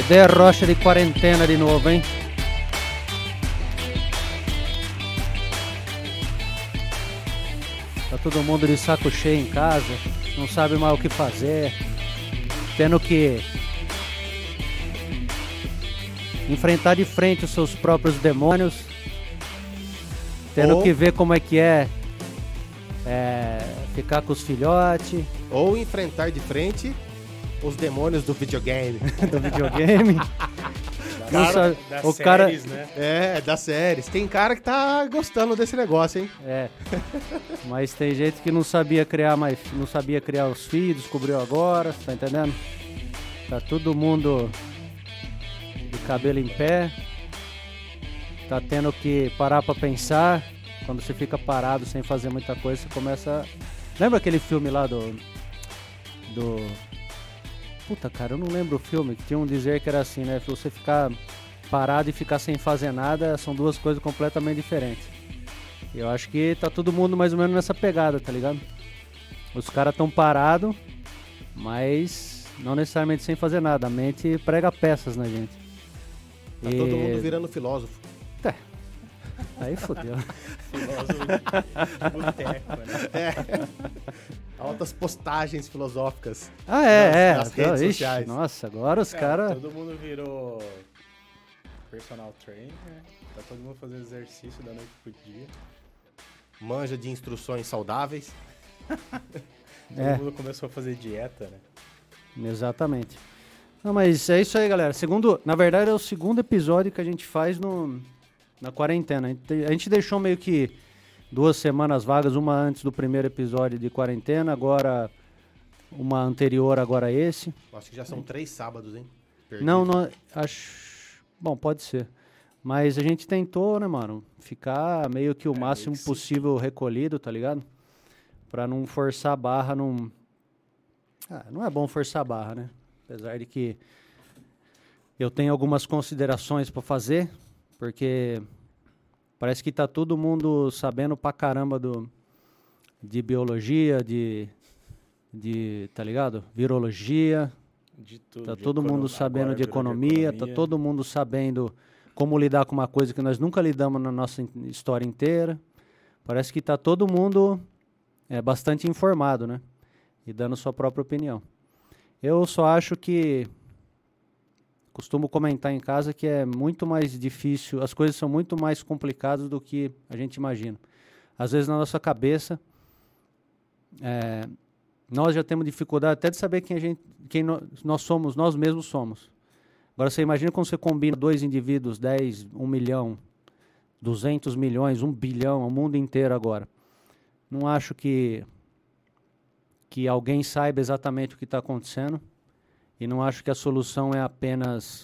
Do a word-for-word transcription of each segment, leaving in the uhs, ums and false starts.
Cadê a rocha de quarentena de novo, hein? Tá todo mundo de saco cheio em casa, não sabe mais o que fazer, tendo que enfrentar de frente os seus próprios demônios, tendo Ou- que ver como é que é, é ficar com os filhotes Ou enfrentar de frente os demônios do videogame. do videogame. Não Cara, sabe- das o cara séries, né? É, das séries. Tem cara que tá gostando desse negócio, hein? É, mas tem gente que não sabia criar mais, não sabia criar os filhos, descobriu agora, tá entendendo? Tá todo mundo de cabelo em pé, tá tendo que parar pra pensar. Quando você fica parado sem fazer muita coisa, você começa... Lembra aquele filme lá do... do... Puta, cara, eu não lembro o filme, que tinha um dizer que era assim, né? Se você ficar parado e ficar sem fazer nada, são duas coisas completamente diferentes. Eu acho que tá todo mundo mais ou menos nessa pegada, tá ligado? Os caras tão parados, mas não necessariamente sem fazer nada. A mente prega peças na gente. Tá E- todo mundo virando filósofo. Aí fodeu. Filósofo de boteco, né? É. Altas postagens filosóficas. Ah, é, Nas- é. nas Então, redes ixi, sociais. nossa, agora os Cara, caras... todo mundo virou personal trainer, tá todo mundo fazendo exercício da noite pro dia. Manja de instruções saudáveis. Todo É. mundo começou a fazer dieta, né? Exatamente. Não, mas é isso aí, galera. Segundo, na verdade, é o segundo episódio que a gente faz no, na quarentena. A gente, a gente deixou meio que duas semanas vagas, uma antes do primeiro episódio de quarentena, agora uma anterior, agora esse. Acho que já são três sábados, hein? Perdido. Não, não, acho... Bom, pode ser. Mas a gente tentou, né, mano, ficar meio que o É, máximo meio que sim. possível recolhido, tá ligado? Pra não forçar a barra, não... Ah, não é bom forçar a barra, né? Apesar de que eu tenho algumas considerações pra fazer, porque parece que tá todo mundo sabendo pra caramba do, de biologia, de, de, tá ligado? Virologia, De tudo. tá de todo econo- mundo sabendo agora de virou economia, tá economia. todo mundo sabendo como lidar com uma coisa que nós nunca lidamos na nossa in- história inteira. Parece que tá todo mundo é, bastante informado, né? E dando sua própria opinião. Eu só acho que costumo comentar em casa que é muito mais difícil, as coisas são muito mais complicadas do que a gente imagina. Às vezes na nossa cabeça, é, nós já temos dificuldade até de saber quem, a gente, quem no- nós somos, nós mesmos somos. Agora você imagina quando você combina dois indivíduos, dez, um milhão, duzentos milhões, um bilhão, o mundo inteiro agora. Não acho que, que alguém saiba exatamente o que está acontecendo. E não acho que a solução é apenas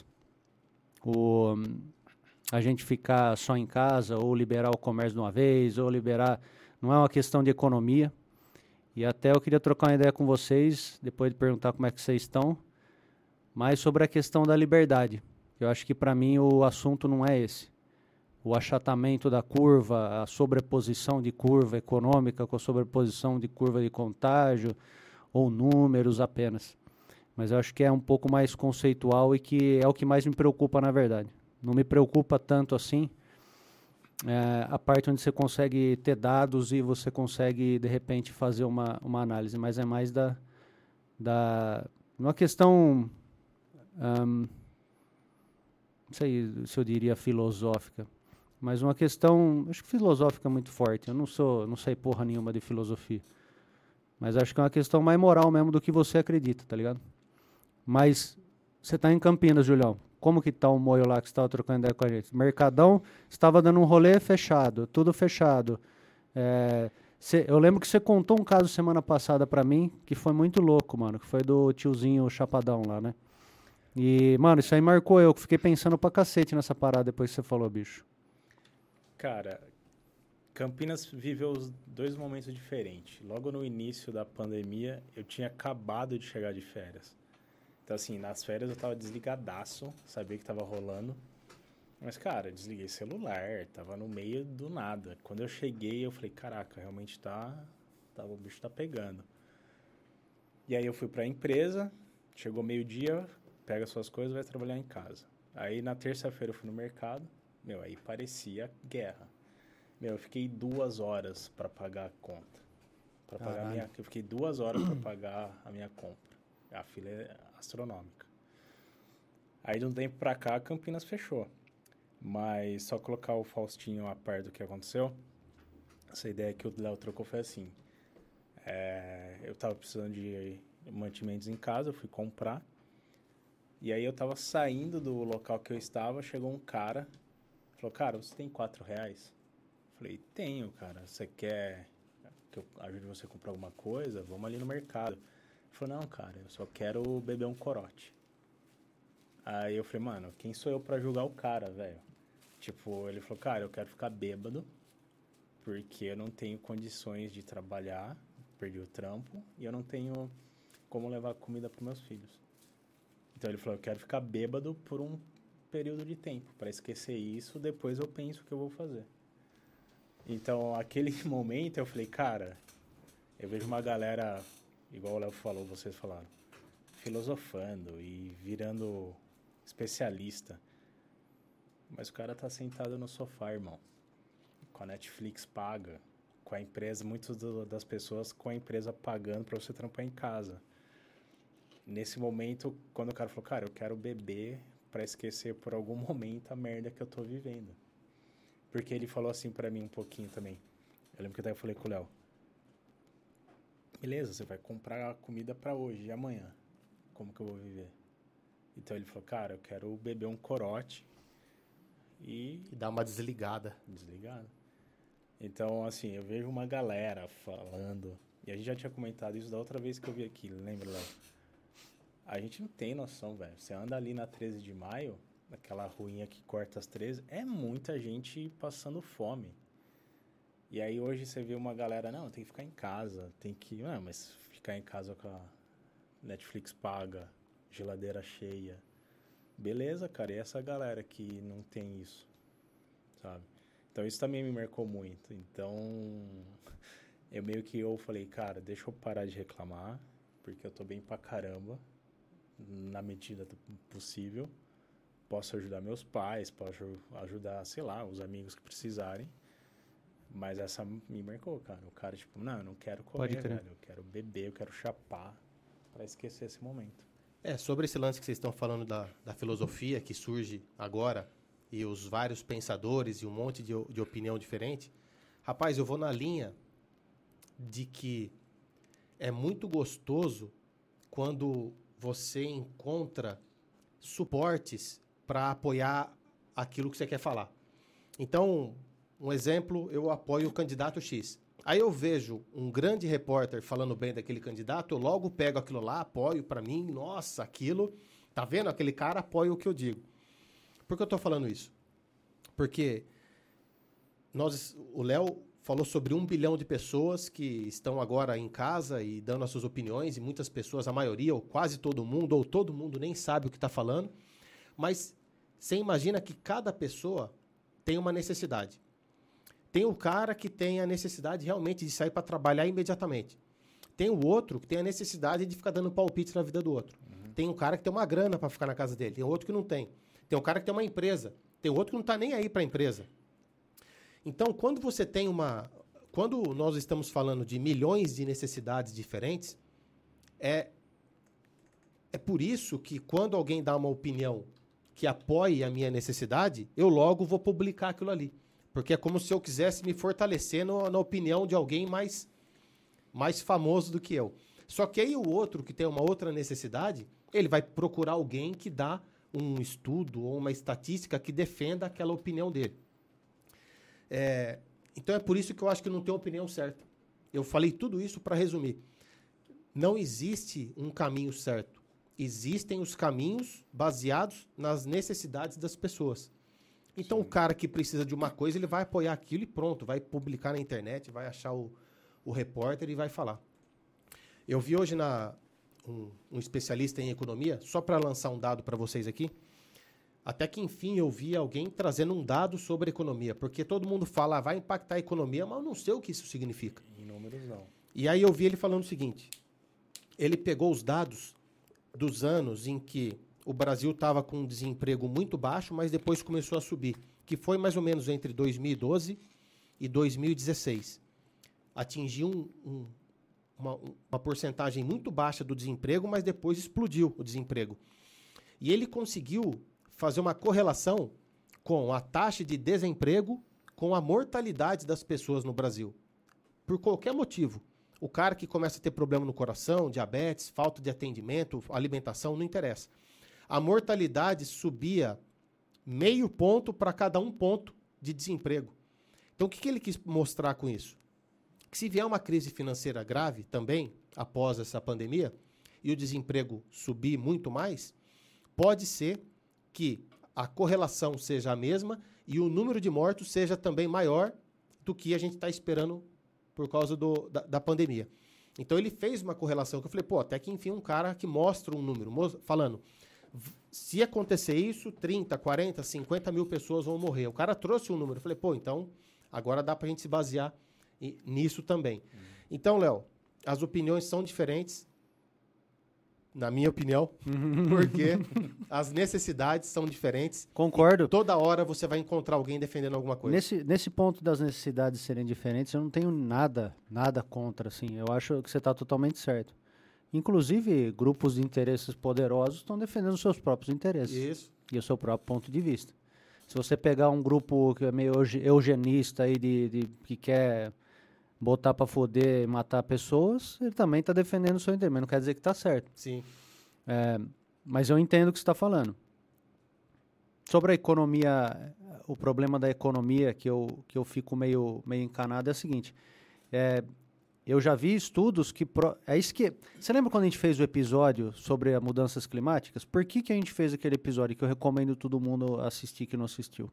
o, a gente ficar só em casa, ou liberar o comércio de uma vez, ou liberar... Não é uma questão de economia. E até eu queria trocar uma ideia com vocês, depois de perguntar como é que vocês estão, mas sobre a questão da liberdade. Eu acho que para mim o assunto não é esse. O achatamento da curva, a sobreposição de curva econômica com a sobreposição de curva de contágio, ou números apenas. Mas eu acho que é um pouco mais conceitual e que é o que mais me preocupa, na verdade. Não me preocupa tanto assim é, a parte onde você consegue ter dados e você consegue, de repente, fazer uma, uma análise, mas é mais da... da uma questão... Um, não sei se eu diria filosófica, mas uma questão... Acho que filosófica é muito forte. Eu não sou, não sei porra nenhuma de filosofia. Mas acho que é uma questão mais moral mesmo do que você acredita, tá ligado? Mas você tá em Campinas, Julião. Como que tá o moio lá que você estava trocando ideia com a gente? Mercadão estava dando um rolê fechado, tudo fechado. É, cê, eu lembro que você contou um caso semana passada pra mim que foi muito louco, mano. Que foi do tiozinho Chapadão lá, né? E, mano, isso aí marcou eu. que Fiquei pensando pra cacete nessa parada depois que você falou, bicho. Cara, Campinas viveu os dois momentos diferentes. Logo no início da pandemia, eu tinha acabado de chegar de férias. Então, assim, nas férias eu tava desligadaço, sabia que tava rolando. Mas, cara, desliguei celular, tava no meio do nada. Quando eu cheguei, eu falei, caraca, realmente tá, tá o bicho tá pegando. E aí eu fui pra empresa, chegou meio-dia, pega suas coisas e vai trabalhar em casa. Aí na terça-feira eu fui no mercado, meu, aí parecia guerra. Meu, eu fiquei duas horas para pagar a conta. Para pagar a minha, eu fiquei duas horas para pagar a minha compra. A fila é astronômica. Aí de um tempo para cá, Campinas fechou. Mas só colocar o Faustinho a par do que aconteceu, essa ideia que o Léo trocou foi assim. É, eu tava precisando de mantimentos em casa, eu fui comprar. E aí eu tava saindo do local que eu estava, chegou um cara, falou, cara, você tem quatro reais? Eu falei, tenho, cara. Você quer que eu ajude você a comprar alguma coisa? Vamos ali no mercado. Ele falou, não, cara, eu só quero beber um corote. Aí eu falei, mano, quem sou eu pra julgar o cara, velho? Tipo, ele falou, cara, eu quero ficar bêbado, porque eu não tenho condições de trabalhar, perdi o trampo, e eu não tenho como levar comida pros meus filhos. Então ele falou, eu quero ficar bêbado por um período de tempo, para esquecer isso, depois eu penso o que eu vou fazer. Então, aquele momento eu falei, cara, eu vejo uma galera, igual o Léo falou, vocês falaram, filosofando e virando especialista. Mas o cara tá sentado no sofá, irmão. Com a Netflix paga, com a empresa, muitas das pessoas com a empresa pagando para você trampar em casa. Nesse momento, quando o cara falou, cara, eu quero beber para esquecer por algum momento a merda que eu tô vivendo. Porque ele falou assim pra mim um pouquinho também. Eu lembro que até eu falei com o Léo. Beleza, você vai comprar comida pra hoje e amanhã. Como que eu vou viver? Então ele falou, cara, eu quero beber um corote e... E dar uma desligada. Desligada. Então, assim, eu vejo uma galera falando... E a gente já tinha comentado isso da outra vez que eu vi aqui, lembra, Léo? A gente não tem noção, velho. Você anda ali na treze de maio... Aquela ruinha que corta as treze, é muita gente passando fome. E aí hoje você vê uma galera, não, tem que ficar em casa, tem que... Não, mas ficar em casa com a Netflix paga, geladeira cheia. Beleza, cara, e essa galera que não tem isso, sabe? Então isso também me marcou muito. Então, eu meio que eu falei, cara, deixa eu parar de reclamar, porque eu tô bem pra caramba, na medida do possível. Posso ajudar meus pais, posso ajudar, sei lá, os amigos que precisarem. Mas essa me marcou, cara. O cara, tipo, não, eu não quero comer, velho. Eu quero beber, eu quero chapar pra esquecer esse momento. É, sobre esse lance que vocês estão falando da, da filosofia que surge agora e os vários pensadores e um monte de, de opinião diferente. Rapaz, eu vou na linha de que é muito gostoso quando você encontra suportes para apoiar aquilo que você quer falar. Então, um exemplo, eu apoio o candidato X. Aí eu vejo um grande repórter falando bem daquele candidato, eu logo pego aquilo lá, apoio para mim, nossa, aquilo, tá vendo? Aquele cara apoia o que eu digo. Por que eu tô falando isso? Porque nós, o Léo falou sobre um bilhão de pessoas que estão agora em casa e dando as suas opiniões, e muitas pessoas, a maioria, ou quase todo mundo, ou todo mundo nem sabe o que está falando. Mas você imagina que cada pessoa tem uma necessidade. Tem o cara que tem a necessidade realmente de sair para trabalhar imediatamente. Tem o outro que tem a necessidade de ficar dando palpite na vida do outro. Uhum. Tem um cara que tem uma grana para ficar na casa dele. Tem outro que não tem. Tem um cara que tem uma empresa. Tem outro que não está nem aí para a empresa. Então, quando você tem uma... Quando nós estamos falando de milhões de necessidades diferentes, é, é por isso que quando alguém dá uma opinião que apoie a minha necessidade, eu logo vou publicar aquilo ali. Porque é como se eu quisesse me fortalecer no, na opinião de alguém mais, mais famoso do que eu. Só que aí o outro, que tem uma outra necessidade, ele vai procurar alguém que dá um estudo ou uma estatística que defenda aquela opinião dele. É, então é por isso que eu acho que não tem opinião certa. Eu falei tudo isso para resumir. Não existe um caminho certo. Existem os caminhos baseados nas necessidades das pessoas. Então, sim, o cara que precisa de uma coisa, ele vai apoiar aquilo e pronto, vai publicar na internet, vai achar o, o repórter e vai falar. Eu vi hoje na, um, um especialista em economia, só para lançar um dado para vocês aqui, até que, enfim, eu vi alguém trazendo um dado sobre economia, porque todo mundo fala, ah, vai impactar a economia, mas eu não sei o que isso significa. Em números, não. E aí eu vi ele falando o seguinte, ele pegou os dados dos anos em que o Brasil estava com um desemprego muito baixo, mas depois começou a subir, que foi mais ou menos entre dois mil e doze e dois mil e dezesseis. Atingiu um, um, uma, uma porcentagem muito baixa do desemprego, mas depois explodiu o desemprego. E ele conseguiu fazer uma correlação com a taxa de desemprego com a mortalidade das pessoas no Brasil. Por qualquer motivo. O cara que começa a ter problema no coração, diabetes, falta de atendimento, alimentação, não interessa. A mortalidade subia meio ponto para cada um ponto de desemprego. Então, o que, que ele quis mostrar com isso? Que se vier uma crise financeira grave também, após essa pandemia, e o desemprego subir muito mais, pode ser que a correlação seja a mesma e o número de mortos seja também maior do que a gente está esperando por causa do, da, da pandemia. Então, ele fez uma correlação que eu falei, pô, até que enfim um cara que mostra um número, falando, se acontecer isso, trinta, quarenta, cinquenta mil pessoas vão morrer. O cara trouxe um número. Eu falei, pô, então agora dá pra gente se basear e, nisso também. Uhum. Então, Léo, as opiniões são diferentes, na minha opinião, porque as necessidades são diferentes. Concordo. Toda hora você vai encontrar alguém defendendo alguma coisa. Nesse, nesse ponto das necessidades serem diferentes, eu não tenho nada, nada contra, assim. Eu acho que você está totalmente certo. Inclusive, grupos de interesses poderosos estão defendendo os seus próprios interesses. Isso. E o seu próprio ponto de vista. Se você pegar um grupo que é meio eugenista aí, de, de, que quer botar para foder e matar pessoas, ele também está defendendo o seu interesse, mas não quer dizer que está certo. Sim. É, mas eu entendo o que você está falando. Sobre a economia, o problema da economia que eu, que eu fico meio, meio encanado é o seguinte, é, eu já vi estudos que... Pro, é isso que... Você lembra quando a gente fez o episódio sobre as mudanças climáticas? Por que, que a gente fez aquele episódio que eu recomendo todo mundo assistir que não assistiu?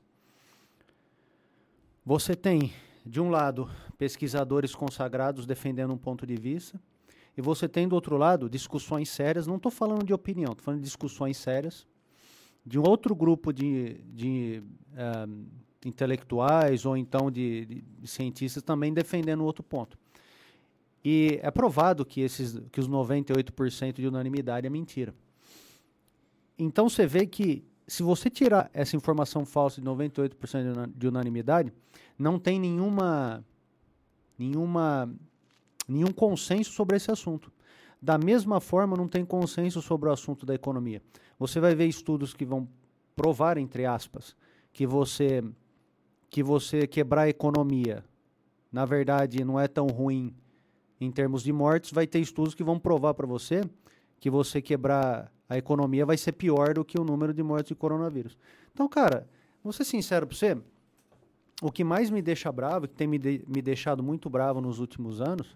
Você tem... De um lado, pesquisadores consagrados defendendo um ponto de vista, e você tem, do outro lado, discussões sérias, não estou falando de opinião, estou falando de discussões sérias, de um outro grupo de, de um, intelectuais ou então de, de, de cientistas também defendendo outro ponto. E é provado que, esses, que os noventa e oito por cento de unanimidade é mentira. Então você vê que, se você tirar essa informação falsa de noventa e oito por cento de unanimidade, não tem nenhuma, nenhuma, nenhum consenso sobre esse assunto. Da mesma forma, não tem consenso sobre o assunto da economia. Você vai ver estudos que vão provar, entre aspas, que você, que você quebrar a economia, na verdade, não é tão ruim em termos de mortes. Vai ter estudos que vão provar para você que você quebrar a economia vai ser pior do que o número de mortes de coronavírus. Então, cara, vou ser sincero para você, o que mais me deixa bravo, que tem me, de, me deixado muito bravo nos últimos anos,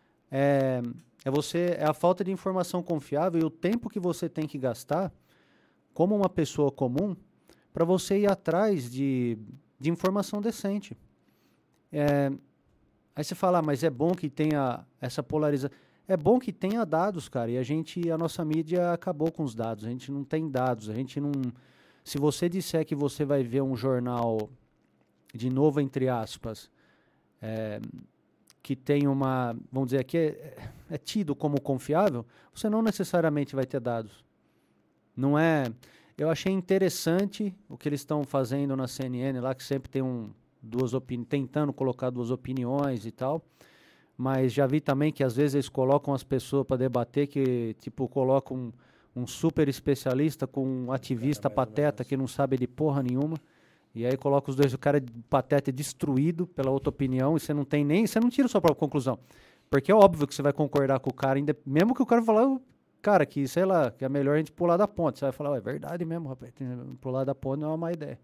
é, é, você, é a falta de informação confiável e o tempo que você tem que gastar, como uma pessoa comum, para você ir atrás de, de informação decente. É, aí você fala, ah, mas é bom que tenha essa polarização. É bom que tenha dados, cara, e a gente, a nossa mídia acabou com os dados, a gente não tem dados, a gente não... Se você disser que você vai ver um jornal, de novo, entre aspas, é, que tem uma, vamos dizer aqui, é, é tido como confiável, você não necessariamente vai ter dados. Não é... Eu achei interessante o que eles estão fazendo na C N N lá, que sempre tem um, duas opiniões, tentando colocar duas opiniões e tal, mas já vi também que às vezes eles colocam as pessoas para debater, que tipo colocam um, um super especialista com um ativista é, pateta que não sabe de porra nenhuma, e aí coloca os dois, o cara pateta destruído pela outra opinião, e você não tem nem, você não tira a sua própria conclusão, porque é óbvio que você vai concordar com o cara, mesmo que o cara falar, cara, que sei lá, que é melhor a gente pular da ponte, você vai falar, é verdade mesmo, rapaz, pular da ponte não é uma má ideia,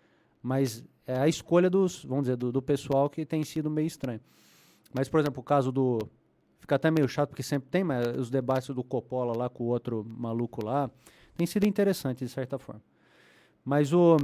mas é a escolha dos, vamos dizer, do, do pessoal que tem sido meio estranho. Mas, por exemplo, o caso do... Fica até meio chato, porque sempre tem, mas os debates do Coppola lá com o outro maluco lá, tem sido interessante, de certa forma. Mas o...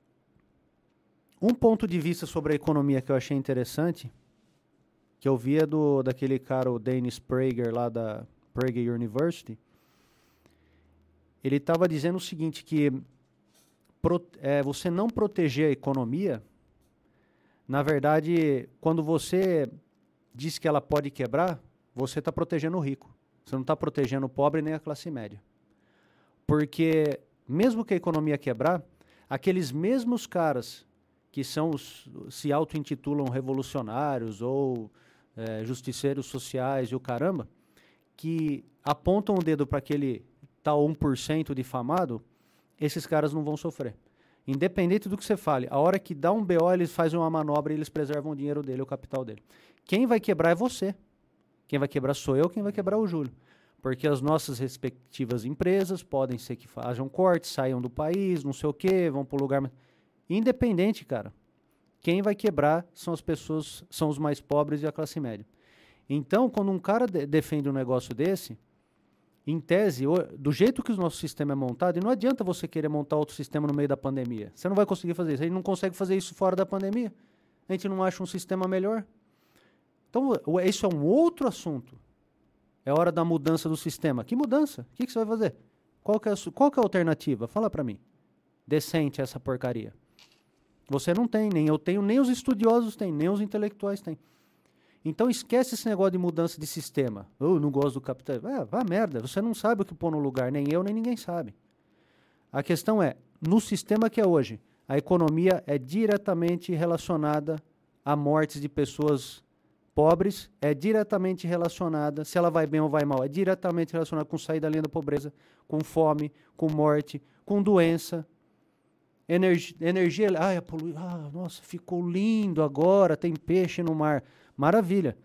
Um ponto de vista sobre a economia que eu achei interessante, que eu vi é do, daquele cara, o Dennis Prager, lá da Prager University, ele estava dizendo o seguinte, que pro, é, você não proteger a economia, na verdade, quando você... diz que ela pode quebrar, você está protegendo o rico. Você não está protegendo o pobre nem a classe média. Porque mesmo que a economia quebrar, aqueles mesmos caras que são os, se auto-intitulam revolucionários ou é, justiceiros sociais e o caramba, que apontam o dedo para aquele tal um por cento difamado, esses caras não vão sofrer. Independente do que você fale, a hora que dá um B O, eles fazem uma manobra e eles preservam o dinheiro dele, o capital dele. Quem vai quebrar é você. Quem vai quebrar sou eu, quem vai quebrar é o Júlio. Porque as nossas respectivas empresas podem ser que fajam cortes, saiam do país, não sei o quê, vão para o lugar... Independente, cara. Quem vai quebrar são as pessoas, são os mais pobres e a classe média. Então, quando um cara de- defende um negócio desse, em tese, o, do jeito que o nosso sistema é montado, e não adianta você querer montar outro sistema no meio da pandemia. Você não vai conseguir fazer isso. A gente não consegue fazer isso fora da pandemia. A gente não acha um sistema melhor. Então, o, isso é um outro assunto. É hora da mudança do sistema. Que mudança? O que, que você vai fazer? Qual que é a, su- qual que é a alternativa? Fala pra mim. Decente essa porcaria. Você não tem, nem eu tenho, nem os estudiosos têm, nem os intelectuais têm. Então esquece esse negócio de mudança de sistema. Eu não gosto do capitalismo. É, vá merda, você não sabe o que pôr no lugar, nem eu, nem ninguém sabe. A questão é, no sistema que é hoje, a economia é diretamente relacionada a mortes de pessoas pobres, é diretamente relacionada, se ela vai bem ou vai mal, é diretamente relacionada com sair da linha da pobreza, com fome, com morte, com doença. Energia, energia ah, é polu... ah, nossa, ficou lindo agora, tem peixe no mar. Maravilha.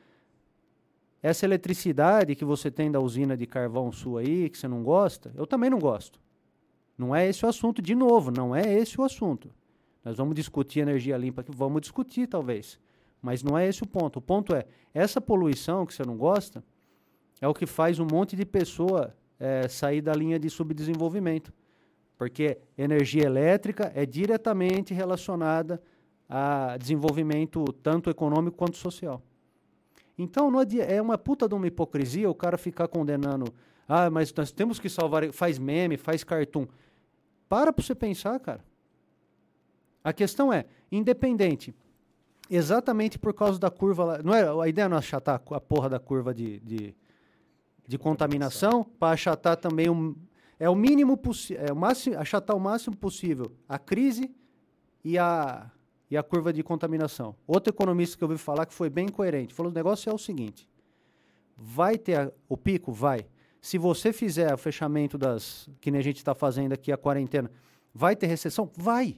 Essa eletricidade que você tem da usina de carvão sua aí, que você não gosta, eu também não gosto. Não é esse o assunto, de novo, não é esse o assunto. Nós vamos discutir energia limpa aqui, vamos discutir talvez, mas não é esse o ponto. O ponto é, essa poluição que você não gosta é o que faz um monte de pessoa é, sair da linha de subdesenvolvimento. Porque energia elétrica é diretamente relacionada a desenvolvimento tanto econômico quanto social. Então, não adia- é uma puta de uma hipocrisia o cara ficar condenando, ah, mas nós temos que salvar, faz meme, faz cartoon. Para pra você pensar, cara. A questão é, independente, exatamente por causa da curva lá, não é, a ideia não é achatar a porra da curva de, de, de contaminação, para achatar também um... É o mínimo possível, é o máximo, achatar o máximo possível a crise e a, e a curva de contaminação. Outro economista que eu ouvi falar que foi bem coerente, falou, o negócio é o seguinte, vai ter a, o pico? Vai. Se você fizer o fechamento das, que nem a gente está fazendo aqui, a quarentena, vai ter recessão? Vai.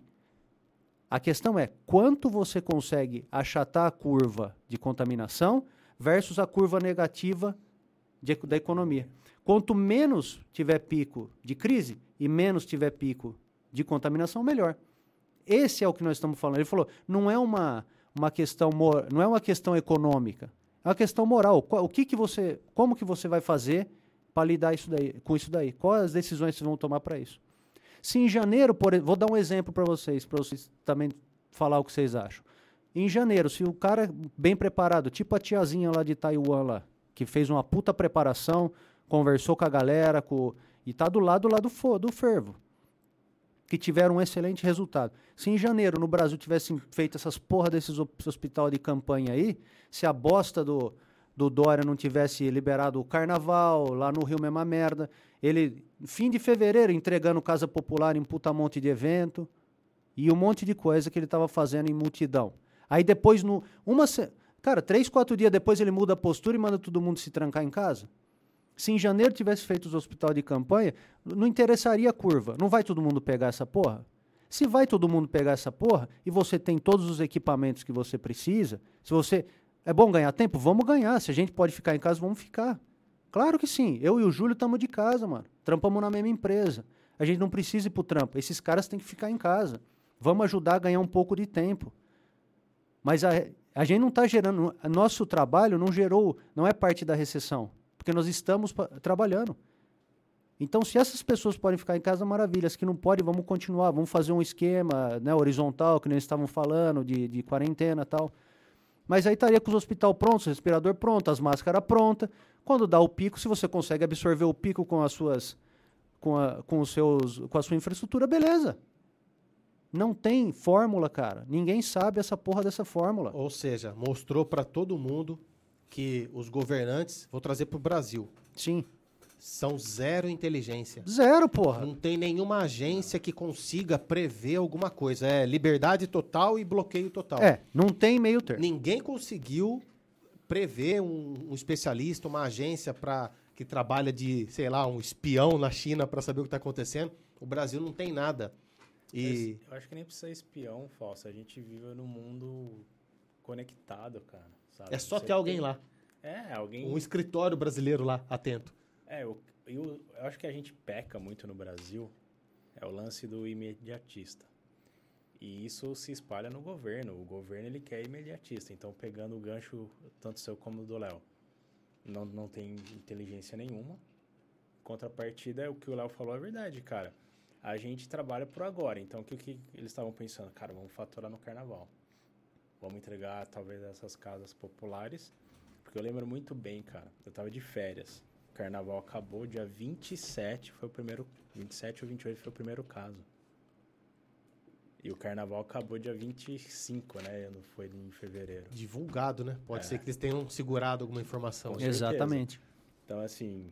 A questão é, quanto você consegue achatar a curva de contaminação versus a curva negativa de, da economia. Quanto menos tiver pico de crise e menos tiver pico de contaminação, melhor. Esse é o que nós estamos falando. Ele falou, não é uma, uma questão mor- não é uma questão econômica, é uma questão moral. Qual, o que que você, como que você vai fazer para lidar isso daí, com isso daí? Quais as decisões vocês vão tomar para isso? Se em janeiro, por, vou dar um exemplo para vocês, para vocês também falar o que vocês acham. Em janeiro, se o cara bem preparado, tipo a tiazinha lá de Taiwan lá, que fez uma puta preparação, conversou com a galera com, e está do lado lá do, fo, do fervo, que tiveram um excelente resultado. Se em janeiro no Brasil tivessem feito essas porra desses hospital de campanha aí, se a bosta do, do Dória não tivesse liberado o carnaval, lá no Rio mesma merda, ele, fim de fevereiro, entregando Casa Popular em puta monte de evento, e um monte de coisa que ele estava fazendo em multidão. Aí depois, no, uma, cara, três, quatro dias depois ele muda a postura e manda todo mundo se trancar em casa. Se em janeiro tivesse feito os hospitais de campanha, não interessaria a curva. Não vai todo mundo pegar essa porra? Se vai todo mundo pegar essa porra e você tem todos os equipamentos que você precisa, se você... É bom ganhar tempo? Vamos ganhar. Se a gente pode ficar em casa, vamos ficar. Claro que sim. Eu e o Júlio estamos de casa, mano. Trampamos na mesma empresa. A gente não precisa ir pro trampo. Esses caras têm que ficar em casa. Vamos ajudar a ganhar um pouco de tempo. Mas a, a gente não está gerando... Nosso trabalho não gerou... Não é parte da recessão. Porque nós estamos pa- trabalhando. Então, se essas pessoas podem ficar em casa, maravilha. As que não podem, vamos continuar. Vamos fazer um esquema, né, horizontal, que nem eles estavam falando, de, de quarentena e tal. Mas aí estaria com os hospitais prontos, o respirador pronto, as máscaras prontas. Quando dá o pico, se você consegue absorver o pico com as suas, com a, com os seus, com a sua infraestrutura, beleza. Não tem fórmula, cara. Ninguém sabe essa porra dessa fórmula. Ou seja, mostrou para todo mundo que os governantes, vou trazer para o Brasil, Sim. São zero inteligência. Zero, porra. Não tem nenhuma agência que consiga prever alguma coisa. É liberdade total e bloqueio total. É, não tem meio termo. Ninguém conseguiu prever um, um especialista, uma agência para que trabalha de, sei lá, um espião na China para saber o que está acontecendo. O Brasil não tem nada. E... Eu acho que nem precisa espião, Falso. A gente vive num mundo conectado, cara. Sabe? É só Você ter alguém tem... lá. É, alguém... Um escritório brasileiro lá, atento. É, eu, eu, eu acho que a gente peca muito no Brasil, é o lance do imediatista. E isso se espalha no governo. O governo, ele quer imediatista. Então, pegando o gancho, tanto seu como do Léo, não, não tem inteligência nenhuma. Contrapartida, é o que o Léo falou, é verdade, cara. A gente trabalha por agora. Então, o que, que eles estavam pensando? Cara, vamos faturar no carnaval. Vamos entregar, talvez, essas casas populares. Porque eu lembro muito bem, cara. Eu tava de férias. O carnaval acabou dia vinte e sete, foi o primeiro... vinte e sete ou vinte e oito foi o primeiro caso. E o carnaval acabou dia vinte e cinco, né? Não foi em fevereiro. Divulgado, né? Pode É. ser que eles tenham segurado alguma informação. Com certeza. Exatamente. Então, assim,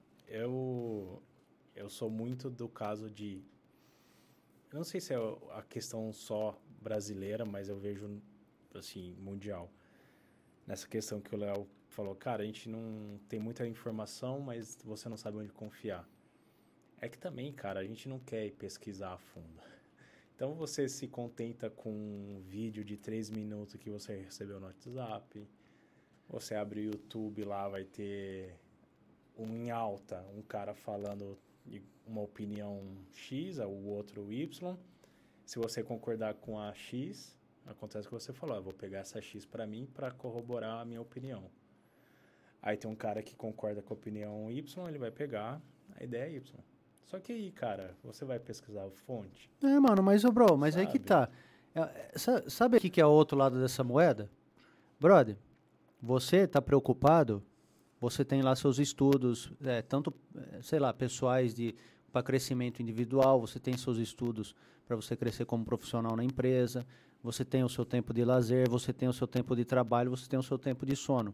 eu, eu sou muito do caso de... Eu não sei se é a questão só brasileira, mas eu vejo, assim, mundial. Nessa questão que o Léo falou, cara, a gente não tem muita informação, mas você não sabe onde confiar. É que também, cara, a gente não quer ir pesquisar a fundo. Então, você se contenta com um vídeo de três minutos que você recebeu no WhatsApp. Você abre o YouTube lá, vai ter um em alta, um cara falando de uma opinião X, o outro Y. Se você concordar com a X, acontece o que você falou, eu vou pegar essa X para mim para corroborar a minha opinião. Aí tem um cara que concorda com a opinião Y, ele vai pegar a ideia Y. Só que aí, cara, você vai pesquisar a fonte. É, mano, mas, ô, bro, mas aí que Sabe? tá. É, é, sa- Sabe o que que é o outro lado dessa moeda? Brother, você tá preocupado, você tem lá seus estudos, é, tanto, é, sei lá, pessoais de para crescimento individual, você tem seus estudos para você crescer como profissional na empresa, você tem o seu tempo de lazer, você tem o seu tempo de trabalho, você tem o seu tempo de sono.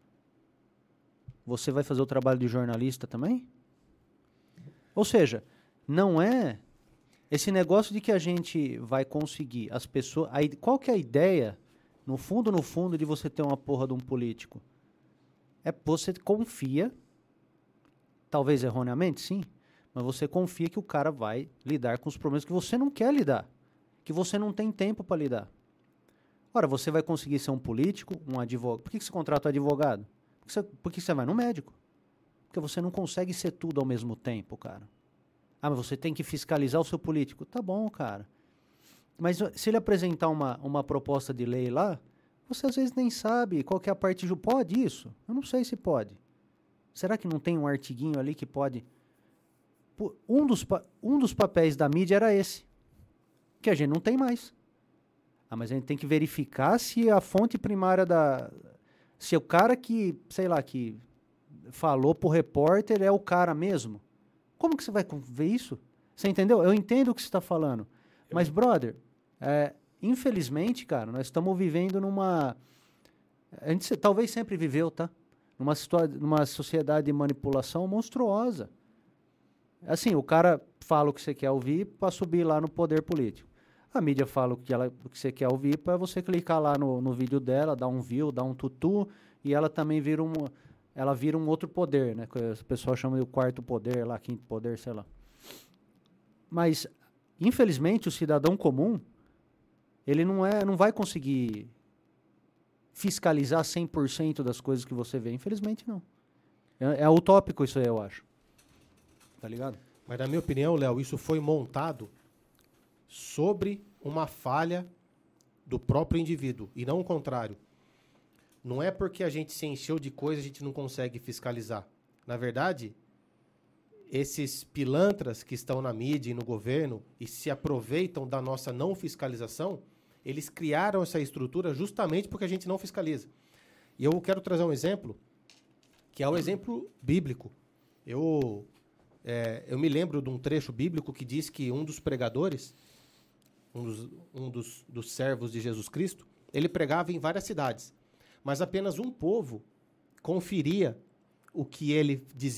Você vai fazer o trabalho de jornalista também? Ou seja, não é esse negócio de que a gente vai conseguir as pessoas... A, ide- qual que é a ideia, no fundo, no fundo, de você ter uma porra de um político? É você confia, talvez erroneamente, sim, mas você confia que o cara vai lidar com os problemas que você não quer lidar, que você não tem tempo para lidar. Ora, você vai conseguir ser um político, um advogado. Por que que você contrata um advogado? Por que você, por que você vai no médico? Porque você não consegue ser tudo ao mesmo tempo, cara. Ah, mas você tem que fiscalizar o seu político. Tá bom, cara. Mas ó, se ele apresentar uma, uma proposta de lei lá, você às vezes nem sabe qual que é a parte... Ju... Pode isso? Eu não sei se pode. Será que não tem um artiguinho ali que pode... Pô, Um dos, pa- um dos papéis da mídia era esse. Que a gente não tem mais. Ah, mas a gente tem que verificar se a fonte primária da... Se o cara que, sei lá, que... falou pro repórter é o cara mesmo. Como que você vai con- ver isso? Você entendeu? Eu entendo o que você está falando. Eu- Mas, brother, é, infelizmente, cara, nós estamos vivendo numa... A gente se- talvez sempre viveu, tá? Numa, situa- numa sociedade de manipulação monstruosa. Assim, o cara fala o que você quer ouvir para subir lá no poder político. A mídia fala o que, ela, o que você quer ouvir para você clicar lá no, no vídeo dela, dar um view, dar um tutu, e ela também vira um... ela vira um outro poder, né? Que o pessoal chama de quarto poder, lá, quinto poder, sei lá. Mas, infelizmente, o cidadão comum, ele não, é, não vai conseguir fiscalizar cem por cento das coisas que você vê. Infelizmente, não. É, é utópico isso aí, eu acho. Tá ligado? Mas, na minha opinião, Léo, isso foi montado sobre uma falha do próprio indivíduo, e não o contrário. Não é porque a gente se encheu de coisa a gente não consegue fiscalizar. Na verdade, esses pilantras que estão na mídia e no governo e se aproveitam da nossa não fiscalização, eles criaram essa estrutura justamente porque a gente não fiscaliza. E eu quero trazer um exemplo, que é um exemplo bíblico. Eu, é, eu me lembro de um trecho bíblico que diz que um dos pregadores, um dos, um dos, dos servos de Jesus Cristo, ele pregava em várias cidades. Mas apenas um povo conferia o que ele dizia.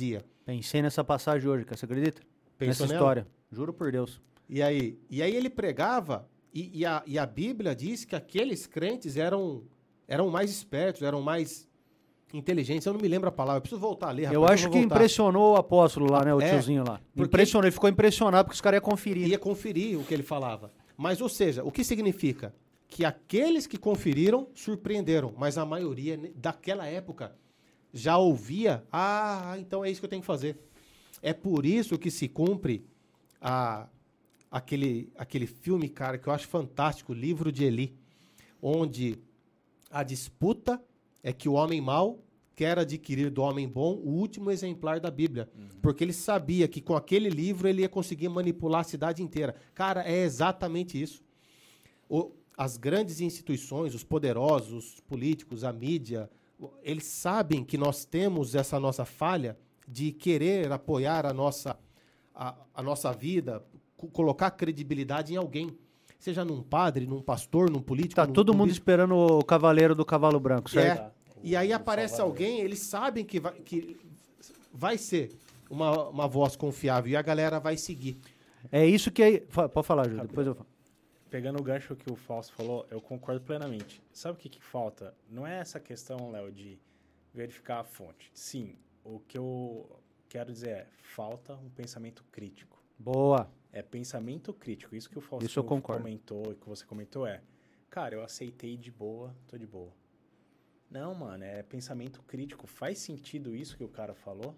Pensei nessa passagem hoje, cara, você acredita? Pensou Nessa nela? história. Juro por Deus. E aí, e aí ele pregava, e, e, a, e a Bíblia diz que aqueles crentes eram, eram mais espertos, eram mais inteligentes. Eu não me lembro a palavra, eu preciso voltar a ler, rapaz. Eu acho vou que voltar. impressionou o apóstolo lá, né? O É, tiozinho lá. porque- Impressionou, ele ficou impressionado porque os caras iam conferir. Ia conferir o que ele falava. Mas, ou seja, o que significa? Que aqueles que conferiram surpreenderam, mas a maioria ne- daquela época já ouvia, ah, então é isso que eu tenho que fazer. É por isso que se cumpre a, aquele, aquele filme, cara, que eu acho fantástico, o Livro de Eli, onde a disputa é que o homem mau quer adquirir do homem bom o último exemplar da Bíblia. Porque ele sabia que com aquele livro ele ia conseguir manipular a cidade inteira. Cara, é exatamente isso. O, as grandes instituições, os poderosos, os políticos, a mídia, eles sabem que nós temos essa nossa falha de querer apoiar a nossa, a, a nossa vida, co- colocar credibilidade em alguém. Seja num padre, num pastor, num político. Tá num, todo num mundo bispo. esperando o cavaleiro do cavalo branco, certo? É. E aí aparece alguém, eles sabem que vai, que vai ser uma, uma voz confiável e a galera vai seguir. É isso que é... Fa- Pode falar, Júlio, depois eu falo. Pegando o gancho que o Fausto falou, eu concordo plenamente. Sabe o que, que falta? Não é essa questão, Léo, de verificar a fonte. Sim, o que eu quero dizer é, falta um pensamento crítico. Boa. É pensamento crítico. Isso que o Fausto Isso eu concordo. comentou e que você comentou é, cara, eu aceitei de boa, tô de boa. Não, mano, é pensamento crítico. Faz sentido isso que o cara falou?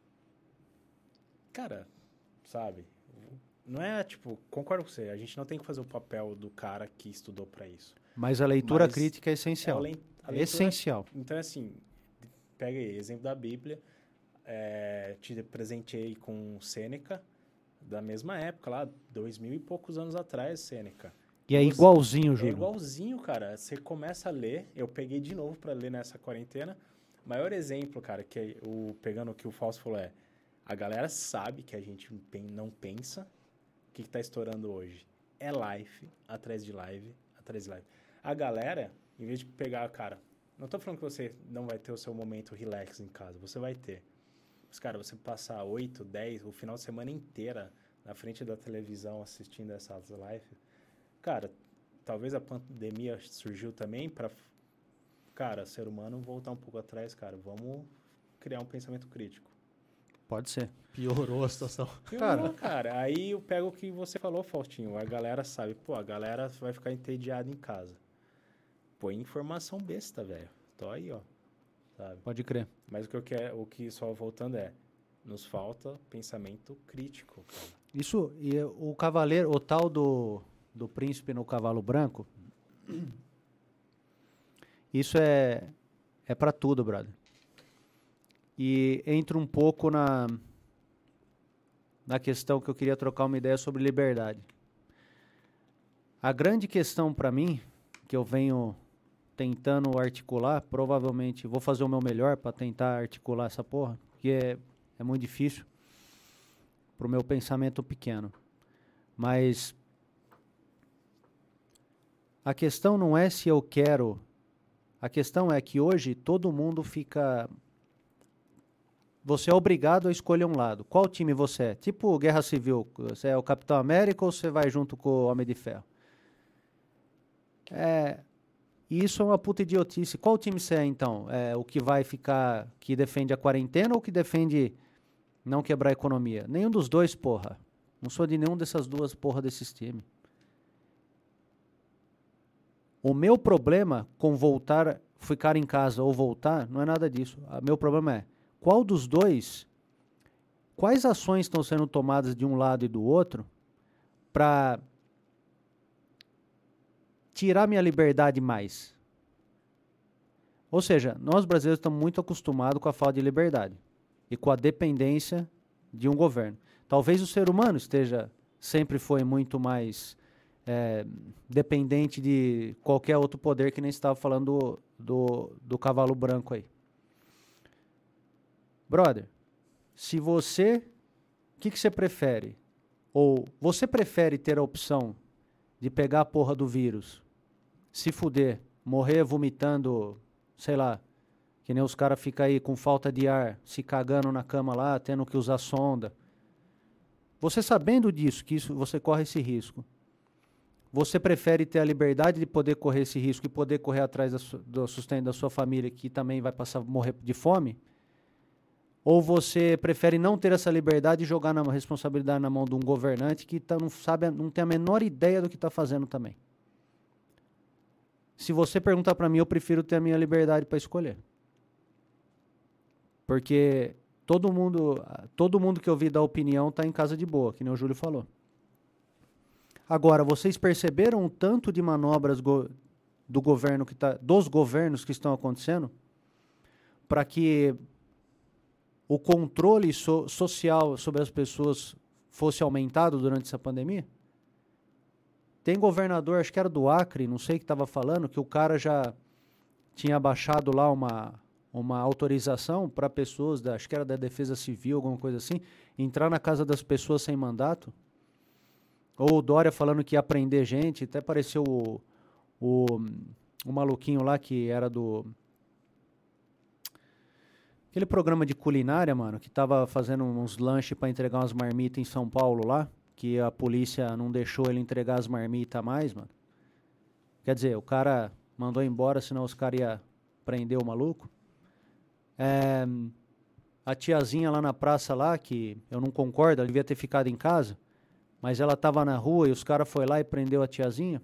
Cara, sabe? Não é, tipo, concordo com você, a gente não tem que fazer o papel do cara que estudou pra isso. Mas a leitura Mas crítica é É, essencial. a lei- a É leitura- essencial. Então, assim, pega aí, exemplo da Bíblia, é, te presenteei com Sêneca, da mesma época, lá, dois mil e poucos anos atrás, Sêneca. E é Você- igualzinho, É Júlio. igualzinho, cara. Você começa a ler, eu peguei de novo pra ler nessa quarentena. Maior exemplo, cara, que é o, pegando o que o Fausto falou é, a galera sabe que a gente pen- não pensa. O que, que tá estourando hoje? É live, atrás de live, atrás de live. A galera, em vez de pegar, cara, não tô falando que você não vai ter o seu momento relax em casa, você vai ter. Mas, cara, você passar oito, dez, o final de semana inteira na frente da televisão assistindo essas lives, cara, talvez a pandemia surgiu também para, cara, ser humano voltar um pouco atrás, cara, vamos criar um pensamento crítico. Pode ser. Piorou a situação. Cara, cara, aí eu pego o que você falou, Faustinho. A galera sabe, pô, a galera vai ficar entediada em casa. Põe informação besta, velho. Tô aí, ó. Sabe? Pode crer. Mas o que eu quero, o que só voltando é, nos falta pensamento crítico, cara. Isso, e o cavaleiro, o tal do, do príncipe no cavalo branco, isso é, é para tudo, brother. E entra um pouco na, na questão que eu queria trocar uma ideia sobre liberdade. A grande questão para mim, que eu venho tentando articular, provavelmente vou fazer o meu melhor para tentar articular essa porra, porque é, é muito difícil pro meu pensamento pequeno. Mas a questão não é se eu quero, a questão é que hoje todo mundo fica... Você é obrigado a escolher um lado. Qual time você é? Tipo Guerra Civil. Você é o Capitão América ou você vai junto com o Homem de Ferro? É, e isso é uma puta idiotice. Qual time você é, então? É o que vai ficar, que defende a quarentena ou que defende não quebrar a economia? Nenhum dos dois, porra. Não sou de nenhum dessas duas porra desses times. O meu problema com voltar, ficar em casa ou voltar, não é nada disso. O meu problema é, qual dos dois, quais ações estão sendo tomadas de um lado e do outro para tirar minha liberdade mais? Ou seja, nós brasileiros estamos muito acostumados com a falta de liberdade e com a dependência de um governo. Talvez o ser humano esteja, sempre foi muito mais é, dependente de qualquer outro poder, que nem estava falando do, do, do cavalo branco aí. Brother, se você... O que, que você prefere? Ou você prefere ter a opção de pegar a porra do vírus, se fuder, morrer vomitando, sei lá, Que nem os caras ficam aí com falta de ar, se cagando na cama lá, tendo que usar sonda. Você sabendo disso, que isso, você corre esse risco, você prefere ter a liberdade de poder correr esse risco e poder correr atrás da su, do sustento da sua família, que também vai passar morrer de fome? Ou você prefere não ter essa liberdade e jogar na responsabilidade na mão de um governante que tá, não, sabe, não tem a menor ideia do que está fazendo também? Se você perguntar para mim, eu prefiro ter a minha liberdade para escolher. Porque todo mundo, todo mundo que eu vi dar opinião está em casa de boa, que nem o Júlio falou. Agora, vocês perceberam o tanto de manobras go- do governo que tá, dos governos que estão acontecendo para que o controle so- social sobre as pessoas fosse aumentado durante essa pandemia? Tem governador, acho que era do Acre, não sei o que estava falando, que o cara já tinha baixado lá uma, uma autorização para pessoas, da, acho que era da Defesa Civil, alguma coisa assim, entrar na casa das pessoas sem mandato. Ou o Dória falando que ia prender gente, até apareceu o, o, o maluquinho lá que era do... Aquele programa de culinária, mano, que tava fazendo uns lanches para entregar umas marmitas em São Paulo lá, que a polícia não deixou ele entregar as marmitas mais, mano. Quer dizer, o cara mandou embora, senão os caras iam prender o maluco. É, a tiazinha lá na praça lá, que eu não concordo, ela devia ter ficado em casa, mas ela tava na rua e os caras foram lá e prendeu a tiazinha.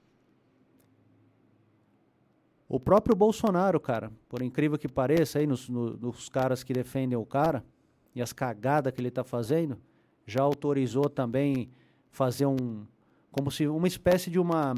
O próprio Bolsonaro, cara, por incrível que pareça, aí nos, no, nos caras que defendem o cara, e as cagadas que ele tá fazendo, já autorizou também fazer um, como se uma espécie de uma,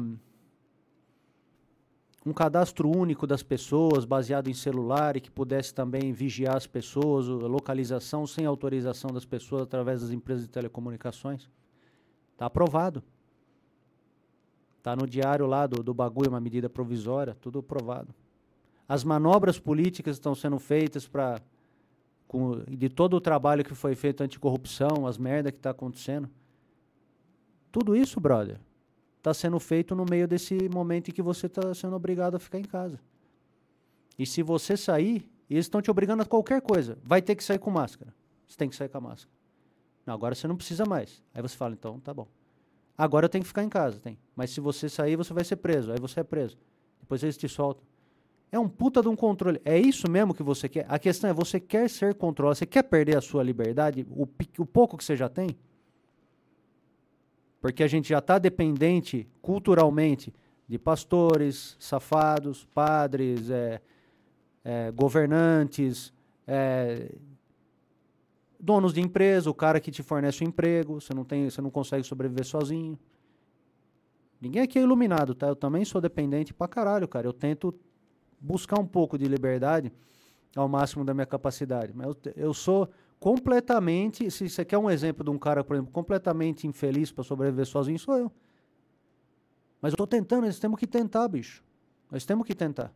um cadastro único das pessoas, baseado em celular, e que pudesse também vigiar as pessoas, a localização sem autorização das pessoas através das empresas de telecomunicações. Está aprovado. Está no diário lá do, do bagulho, uma medida provisória, tudo aprovado. As manobras políticas estão sendo feitas para, de todo o trabalho que foi feito anticorrupção, as merdas que está acontecendo. Tudo isso, brother, está sendo feito no meio desse momento em que você está sendo obrigado a ficar em casa. E se você sair, eles estão te obrigando a qualquer coisa. Vai ter que sair com máscara. Você tem que sair com a máscara. Não, agora você não precisa mais. Aí você fala, então, tá bom. Agora eu tenho que ficar em casa, tem. Mas se você sair, você vai ser preso. Aí você é preso. Depois eles te soltam. É um puta de um controle. É isso mesmo que você quer? A questão é, você quer ser controlado? Você quer perder a sua liberdade? O, o pouco que você já tem? Porque a gente já está dependente, culturalmente, de pastores, safados, padres, é, é, governantes, é, donos de empresa, o cara que te fornece o emprego, você não tem, você não consegue sobreviver sozinho. Ninguém aqui é iluminado, tá? Eu também sou dependente pra caralho, cara. Eu tento buscar um pouco de liberdade ao máximo da minha capacidade. Mas eu, eu sou completamente, se você quer um exemplo de um cara, por exemplo, completamente infeliz para sobreviver sozinho, sou eu. Mas eu tô tentando, nós temos que tentar, bicho. Nós temos que tentar.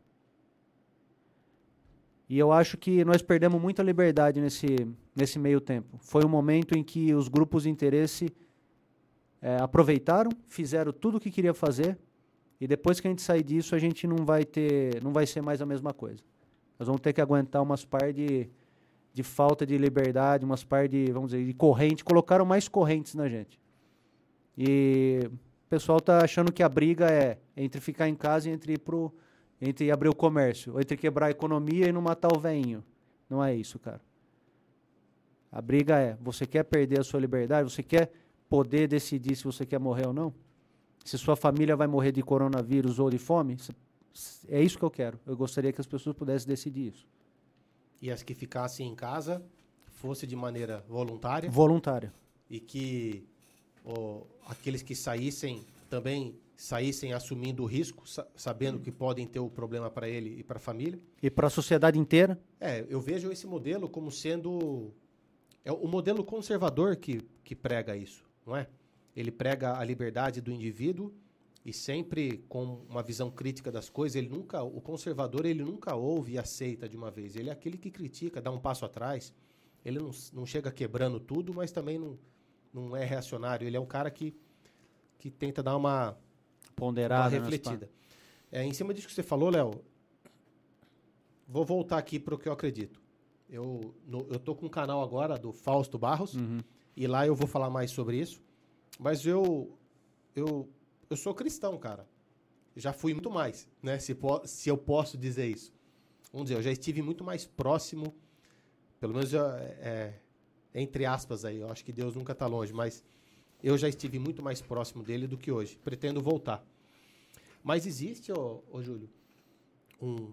E eu acho que nós perdemos muita liberdade nesse, nesse meio tempo. Foi um momento em que os grupos de interesse é, aproveitaram, fizeram tudo o que queria fazer, e depois que a gente sair disso, a gente não vai ter, não vai ser mais a mesma coisa. Nós vamos ter que aguentar umas par de, de falta de liberdade, umas par de, vamos dizer, de corrente. Colocaram mais correntes na gente. E o pessoal está achando que a briga é entre ficar em casa e entre ir pro entre abrir o comércio, ou entre quebrar a economia e não matar o velhinho. Não é isso, cara. A briga é, você quer perder a sua liberdade? Você quer poder decidir se você quer morrer ou não? Se sua família vai morrer de coronavírus ou de fome? É isso que eu quero. Eu gostaria que as pessoas pudessem decidir isso. E as que ficassem em casa fosse de maneira voluntária? Voluntária. E que oh, aqueles que saíssem também saíssem assumindo o risco, sa- sabendo que podem ter o problema para ele e para a família. E para a sociedade inteira? É, eu vejo esse modelo como sendo... É o modelo conservador que, que prega isso, não é? Ele prega a liberdade do indivíduo e sempre com uma visão crítica das coisas. Ele nunca, o conservador ele nunca ouve e aceita de uma vez. Ele é aquele que critica, dá um passo atrás. Ele não, não chega quebrando tudo, mas também não, não é reacionário. Ele é um cara que, que tenta dar uma... Ponderada, uma refletida. É, em cima disso que você falou, Léo, vou voltar aqui para o que eu acredito. Eu, no, eu tô com um canal agora do Fausto Barros, Uhum. e lá eu vou falar mais sobre isso. Mas eu, eu, eu sou cristão, cara. Já fui muito mais, né? Se, po- se eu posso dizer isso. Vamos dizer, eu já estive muito mais próximo, pelo menos já, é, entre aspas aí, eu acho que Deus nunca está longe, mas eu já estive muito mais próximo dele do que hoje. Pretendo voltar. Mas existe, ô, ô Júlio, um,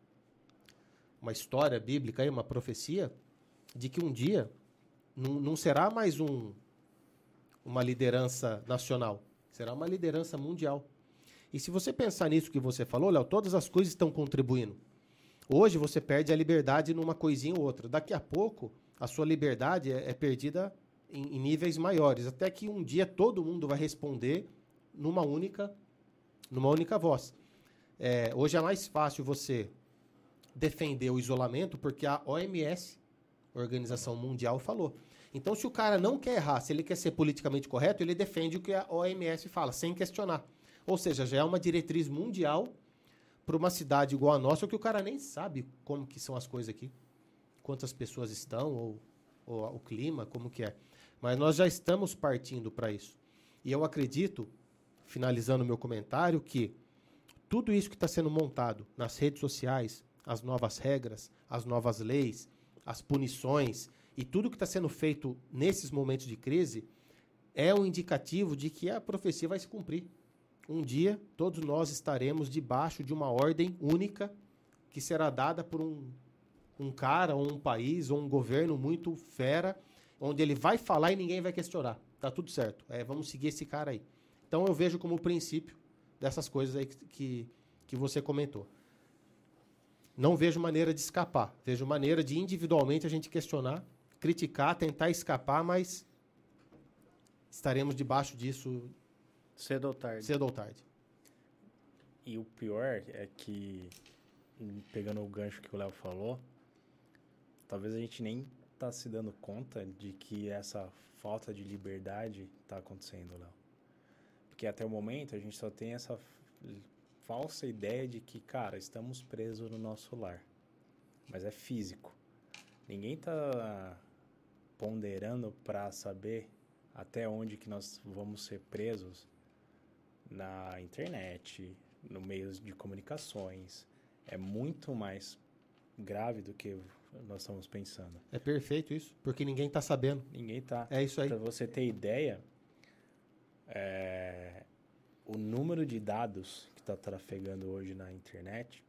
uma história bíblica, aí, uma profecia, de que um dia não, não será mais um, uma liderança nacional, será uma liderança mundial. E se você pensar nisso que você falou, Léo, todas as coisas estão contribuindo. Hoje você perde a liberdade numa coisinha ou outra. Daqui a pouco, a sua liberdade é, é perdida em, em níveis maiores, até que um dia todo mundo vai responder numa única, numa única voz. É, hoje é mais fácil você defender o isolamento porque a O M S, Organização Mundial, falou. Então, se o cara não quer errar, se ele quer ser politicamente correto, ele defende o que a O M S fala, sem questionar. Ou seja, já é uma diretriz mundial para uma cidade igual a nossa, que o cara nem sabe como que são as coisas aqui, quantas pessoas estão, ou, ou o clima, como que é. Mas nós já estamos partindo para isso. E eu acredito, finalizando o meu comentário, que tudo isso que está sendo montado nas redes sociais, as novas regras, as novas leis, as punições e tudo que está sendo feito nesses momentos de crise é um indicativo de que a profecia vai se cumprir. Um dia, todos nós estaremos debaixo de uma ordem única que será dada por um, um cara, ou um país, ou um governo muito fera, onde ele vai falar e ninguém vai questionar. Tá tudo certo. É, vamos seguir esse cara aí. Então, eu vejo como o princípio dessas coisas aí que, que, que você comentou. Não vejo maneira de escapar. Vejo maneira de individualmente a gente questionar, criticar, tentar escapar, mas estaremos debaixo disso Cedo ou tarde. cedo ou tarde. E o pior é que, pegando o gancho que o Léo falou, talvez a gente nem tá se dando conta de que essa falta de liberdade tá acontecendo, Léo. Porque até o momento a gente só tem essa falsa ideia de que, cara, estamos presos no nosso lar. Mas é físico. Ninguém tá ponderando para saber até onde que nós vamos ser presos na internet, no meios de comunicações. É muito mais grave do que nós estamos pensando. É perfeito isso, porque ninguém está sabendo. Ninguém tá. É isso aí. Para você ter ideia, é, o número de dados que está trafegando hoje na internet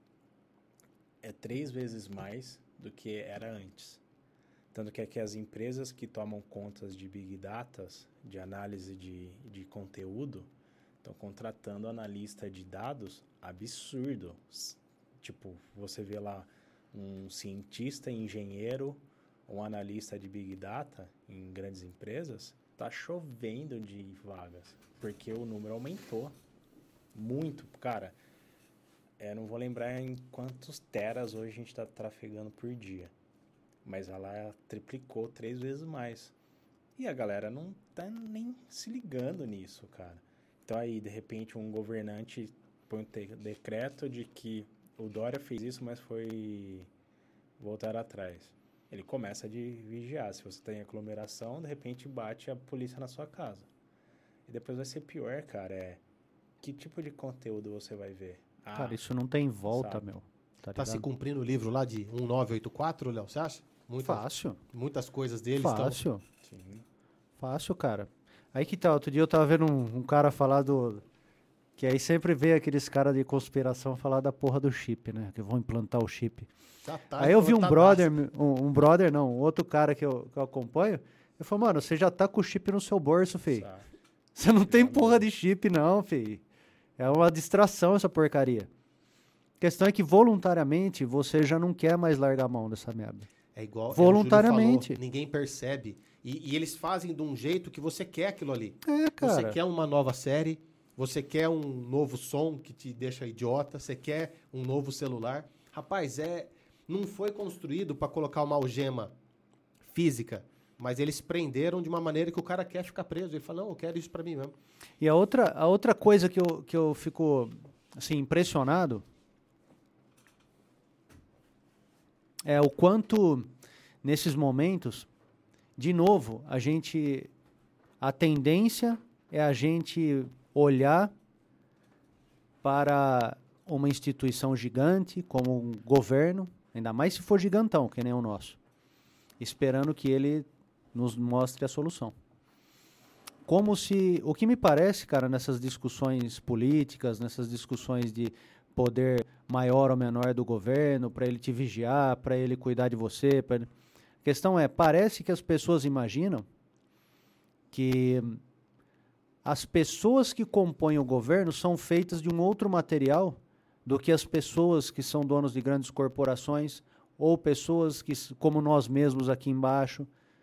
é três vezes mais do que era antes. Tanto que é que as empresas que tomam contas de Big Data, de análise de, de conteúdo, estão contratando analista de dados absurdo. Tipo, você vê lá um cientista, engenheiro, um analista de Big Data em grandes empresas, tá chovendo de vagas, porque o número aumentou muito. Cara, eu não vou lembrar em quantos teras hoje a gente está trafegando por dia, mas ela triplicou três vezes mais. E a galera não tá nem se ligando nisso, cara. Então aí, de repente, um governante põe um decreto de que o Dória fez isso, mas foi voltar atrás. Ele começa a vigiar. Se você tem aglomeração, de repente bate a polícia na sua casa. E depois vai ser pior, cara. É que tipo de conteúdo você vai ver? Ah, Cara, isso não tem volta, sabe? meu. Tá, Tá se ligado? cumprindo o livro lá de mil novecentos e oitenta e quatro, Léo, você acha? Muitas, Fácil. muitas coisas deles estão... Fácil. sim. Fácil, cara. Aí que tá, outro dia eu tava vendo um, um cara falar do... Que aí sempre vê aqueles caras de conspiração falar da porra do chip, né? Que vão implantar o chip. Já tá, Aí eu vi um tá brother, básico. um, um brother não, um outro cara que eu, que eu acompanho, eu falo, mano, você já tá com o chip no seu bolso, filho. Sabe? Você não tem Já porra mesmo. de chip, não, filho. É uma distração essa porcaria. A questão é que voluntariamente você já não quer mais largar a mão dessa merda. É igual... é, o Júlio Voluntariamente. falou, ninguém percebe. E, e eles fazem de um jeito que você quer aquilo ali. É, cara. Você quer uma nova série, você quer um novo som que te deixa idiota, você quer um novo celular. Rapaz, é, não foi construído para colocar uma algema física, mas eles prenderam de uma maneira que o cara quer ficar preso. Ele fala, não, eu quero isso para mim mesmo. E a outra, a outra coisa que eu, que eu fico assim, impressionado é o quanto, nesses momentos, de novo, a gente... A tendência é a gente olhar para uma instituição gigante, como um governo, ainda mais se for gigantão, que nem o nosso, esperando que ele nos mostre a solução. Como se... O que me parece, cara, nessas discussões políticas, nessas discussões de poder maior ou menor do governo, para ele te vigiar, para ele cuidar de você... Pra... A questão é, parece que as pessoas imaginam que as pessoas que compõem o governo são feitas de um outro material do que as pessoas que são donos de grandes corporações ou pessoas que, como nós mesmos aqui embaixo.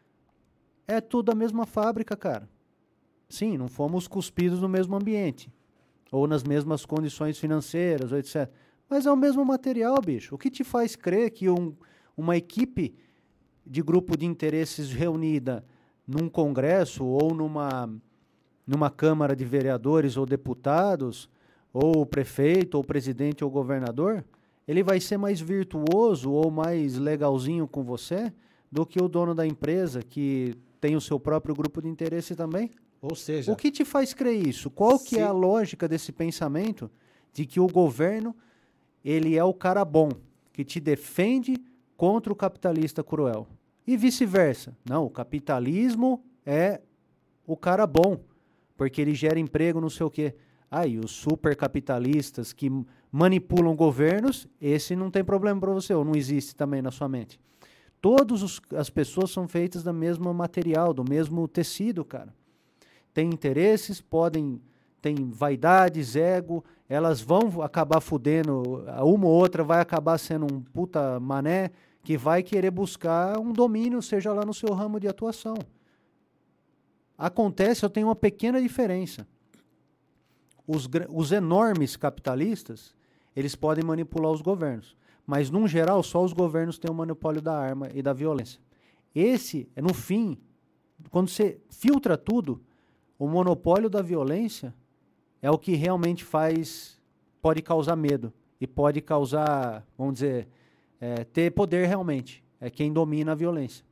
É tudo a mesma fábrica, cara. Sim, não fomos cuspidos no mesmo ambiente ou nas mesmas condições financeiras, etcétera. Mas é o mesmo material, bicho. O que te faz crer que um, uma equipe de grupo de interesses reunida num congresso ou numa, numa câmara de vereadores ou deputados, ou o prefeito, ou o presidente, ou o governador, ele vai ser mais virtuoso ou mais legalzinho com você do que o dono da empresa, que tem o seu próprio grupo de interesse também? Ou seja... O que te faz crer isso? Qual que se... é a lógica desse pensamento de que o governo, ele é o cara bom, que te defende contra o capitalista cruel? E vice-versa. Não, o capitalismo é o cara bom, porque ele gera emprego, não sei o quê. Aí, ah, os supercapitalistas que manipulam governos, esse não tem problema para você, ou não existe também na sua mente. Todas as pessoas são feitas do mesmo material, do mesmo tecido, cara. Tem interesses, podem, tem vaidades, ego, elas vão acabar fudendo, uma ou outra vai acabar sendo um puta mané, que vai querer buscar um domínio, seja lá no seu ramo de atuação. Acontece, eu tenho uma pequena diferença. Os, os enormes capitalistas, eles podem manipular os governos, mas, num geral, só os governos têm o monopólio da arma e da violência. Esse, no fim, quando você filtra tudo, o monopólio da violência é o que realmente faz, pode causar medo e pode causar, vamos dizer... É, ter poder realmente, é quem domina a violência.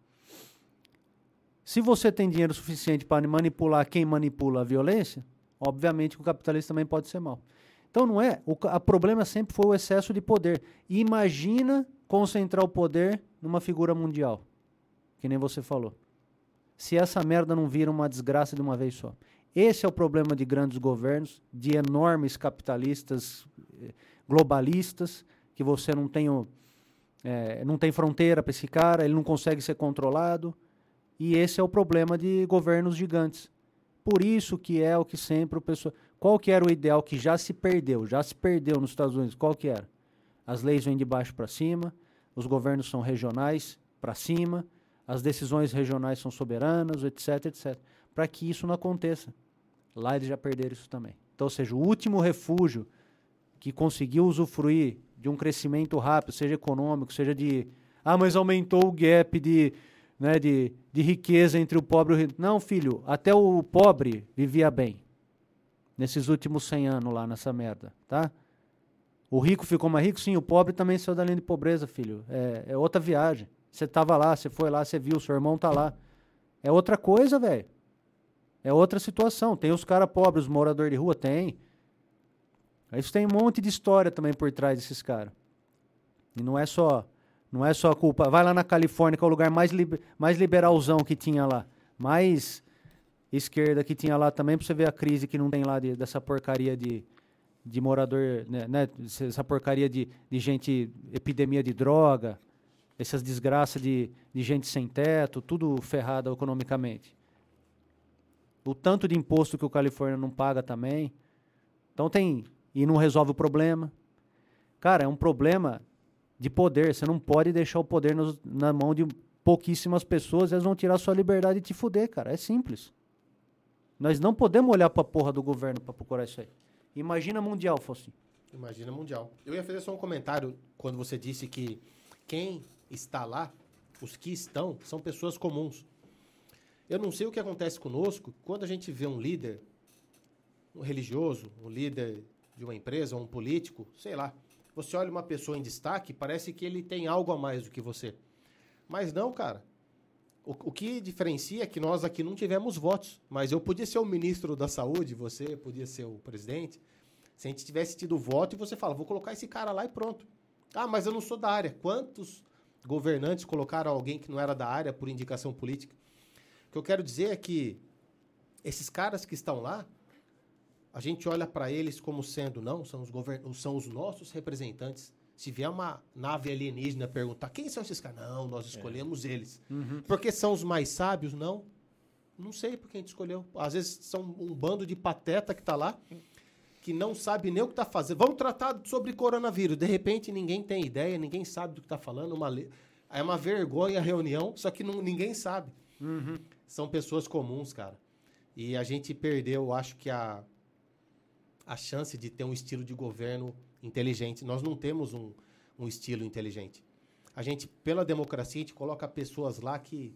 Se você tem dinheiro suficiente para manipular quem manipula a violência, obviamente que o capitalista também pode ser mau. Então não é, o a problema sempre foi o excesso de poder. E imagina concentrar o poder numa figura mundial, que nem você falou. Se essa merda não vira uma desgraça de uma vez só. Esse é o problema de grandes governos, de enormes capitalistas globalistas, que você não tem o É, não tem fronteira para esse cara, ele não consegue ser controlado, e esse é o problema de governos gigantes. Por isso que é o que sempre o pessoal... Qual que era o ideal que já se perdeu? Já se perdeu nos Estados Unidos. Qual que era? As leis vêm de baixo para cima, os governos são regionais para cima, as decisões regionais são soberanas, etc, etcétera. Para que isso não aconteça. Lá eles já perderam isso também. Então, ou seja, o último refúgio que conseguiu usufruir de um crescimento rápido, seja econômico, seja de... Ah, mas aumentou o gap de, né, de, de riqueza entre o pobre e o rico. Não, filho, até o pobre vivia bem. Nesses últimos cem anos lá, nessa merda, tá? O rico ficou mais rico? Sim, o pobre também saiu da linha de pobreza, filho. É, é outra viagem. Você tava lá, você foi lá, você viu, seu irmão tá lá. É outra coisa, velho. É outra situação. Tem os caras pobres, os moradores de rua? Tem. Isso tem um monte de história também por trás desses caras. E não é só, não é só a culpa. Vai lá na Califórnia, que é o lugar mais, li, mais liberalzão que tinha lá. Mais esquerda que tinha lá também, pra você ver a crise que não tem lá de, dessa porcaria de, de morador, né, né? Essa porcaria de, de gente, epidemia de droga, essas desgraças de, de gente sem teto, tudo ferrado economicamente. O tanto de imposto que o Califórnia não paga também. Então tem... E não resolve o problema. Cara, é um problema de poder. Você não pode deixar o poder nos, na mão de pouquíssimas pessoas, elas vão tirar sua liberdade e te fuder, cara. É simples. Nós não podemos olhar pra porra do governo pra procurar isso aí. Imagina mundial, fosse. Imagina mundial. Eu ia fazer só um comentário quando você disse que quem está lá, os que estão, são pessoas comuns. Eu não sei o que acontece conosco quando a gente vê um líder, um religioso, um líder... de uma empresa, um político, sei lá, Você olha uma pessoa em destaque, parece que ele tem algo a mais do que você. Mas não, cara. O, o que diferencia é que nós aqui não tivemos votos. Mas eu podia ser o ministro da saúde, você podia ser o presidente. Se a gente tivesse tido voto e você fala, vou colocar esse cara lá e pronto. Ah, mas eu não sou da área. Quantos governantes colocaram alguém que não era da área por indicação política? O que eu quero dizer é que esses caras que estão lá, a gente olha para eles como sendo, não, são os, govern... são os nossos representantes. Se vier uma nave alienígena perguntar, quem são esses caras? Não, nós escolhemos é. eles. Uhum. Porque são os mais sábios? Não. Não sei por que a gente escolheu. Às vezes são um bando de pateta que está lá, que não sabe nem o que está fazendo. Vamos tratar sobre coronavírus. De repente, ninguém tem ideia, ninguém sabe do que está falando. Uma le... É uma vergonha a reunião, só que não, ninguém sabe. Uhum. São pessoas comuns, cara. E a gente perdeu, acho que a, a chance de ter um estilo de governo inteligente. Nós não temos um, um estilo inteligente. A gente, pela democracia, a gente coloca pessoas lá que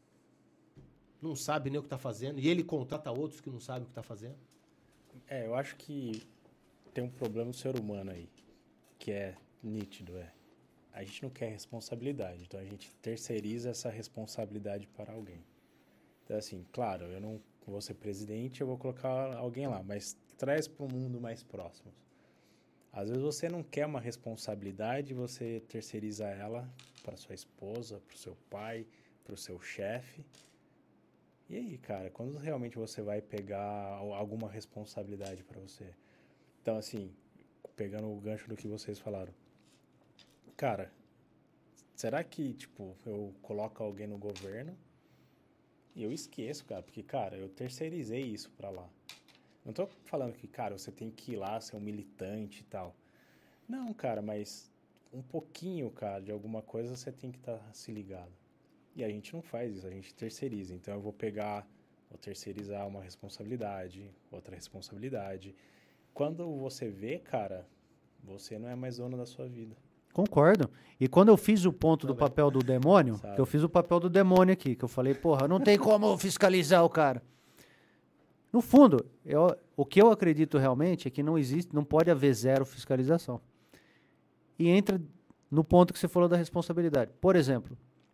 não sabem nem o que está fazendo, e ele contrata outros que não sabem o que está fazendo. É, eu acho que tem um problema no ser humano aí, que é nítido, é. A gente não quer responsabilidade, então a gente terceiriza essa responsabilidade para alguém. Então, assim, claro, eu não vou ser presidente, eu vou colocar alguém lá, mas traz para um mundo mais próximo. Às vezes você não quer uma responsabilidade, você terceiriza ela para sua esposa, para o seu pai, para o seu chefe. E aí, cara, quando realmente você vai pegar alguma responsabilidade para você? Então, assim, pegando o gancho do que vocês falaram. Cara, será que, tipo, eu coloco alguém no governo e eu esqueço, cara? Porque, cara, eu terceirizei isso para lá. Não tô falando que, cara, você tem que ir lá ser um militante e tal. Não, cara, mas um pouquinho, cara, de alguma coisa você tem que estar tá se ligado. E a gente não faz isso, a gente terceiriza. Então eu vou pegar, vou terceirizar uma responsabilidade, outra responsabilidade. Quando você vê, cara, você não é mais dono da sua vida. Concordo. E quando eu fiz o ponto do papel do demônio, que eu fiz o papel do demônio aqui, que eu falei, porra, não tem como fiscalizar o cara. No fundo, eu, o que eu acredito realmente é que não existe, não pode haver zero fiscalização. E entra no ponto que você falou da responsabilidade. Por exemplo,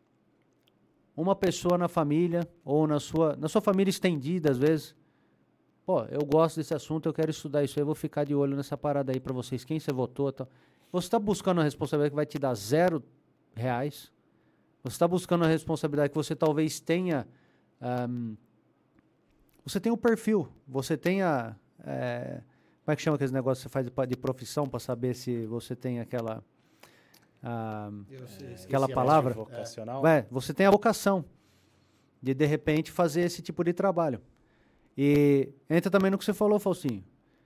uma pessoa na família, ou na sua, na sua família estendida, às vezes, pô, eu gosto desse assunto, eu quero estudar isso aí, eu vou ficar de olho nessa parada aí pra vocês, quem você votou e tal. Você está buscando a responsabilidade que vai te dar zero reais. Você está buscando a responsabilidade que você talvez tenha... Um, você tem o perfil, você tem a... É, como é que chama aqueles negócios que você faz de, de profissão para saber se você tem aquela... A, é, aquela palavra? Vocacional? É, você tem a vocação de, de repente, fazer esse tipo de trabalho. E entra também no que você falou, Falsinho.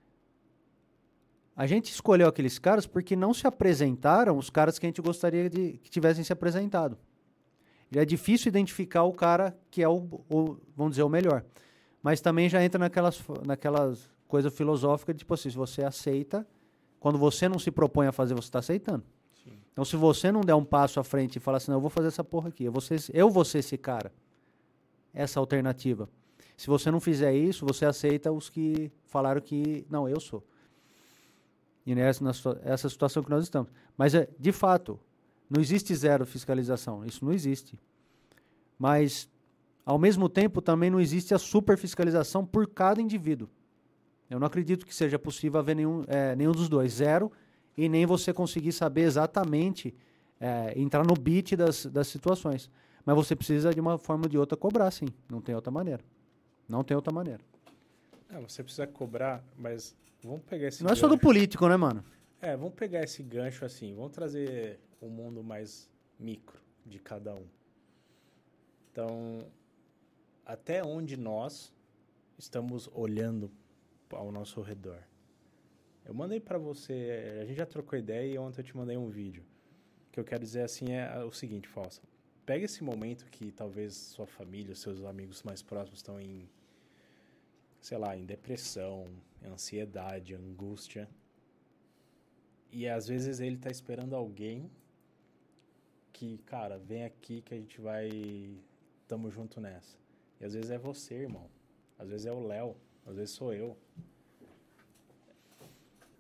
A gente escolheu aqueles caras porque não se apresentaram os caras que a gente gostaria de que tivessem se apresentado. E é difícil identificar o cara que é o, o, vamos dizer, o melhor. Mas também já entra naquelas, naquelas coisas filosóficas de, tipo assim, se você aceita, quando você não se propõe a fazer, você está aceitando. Sim. Então, se você não der um passo à frente e falar assim, não, eu vou fazer essa porra aqui, eu vou ser, eu vou ser esse cara, essa alternativa. Se você não fizer isso, você aceita os que falaram que, não, eu sou. E nessa essa situação que nós estamos. Mas, é, de fato, não existe zero fiscalização. Isso não existe. Mas, ao mesmo tempo, também não existe a superfiscalização por cada indivíduo. Eu não acredito que seja possível haver nenhum, é, nenhum dos dois. Zero, e nem você conseguir saber exatamente, é, entrar no beat das, das situações. Mas você precisa, de uma forma ou de outra, cobrar, sim. Não tem outra maneira. Não tem outra maneira. É, você precisa cobrar, mas... Vamos pegar esse Não gancho. É só do político, né, mano? É, vamos pegar esse gancho assim, vamos trazer um mundo mais micro de cada um. Então, até onde nós estamos olhando ao nosso redor? Eu mandei pra você, a gente já trocou ideia e ontem eu te mandei um vídeo. O que eu quero dizer assim é o seguinte, Falsa. Pega esse momento que talvez sua família, seus amigos mais próximos estão em, sei lá, em depressão, ansiedade, angústia. E às vezes ele tá esperando alguém que, cara, vem aqui que a gente vai... Tamo junto nessa. E às vezes é você, irmão. Às vezes é o Léo. Às vezes sou eu.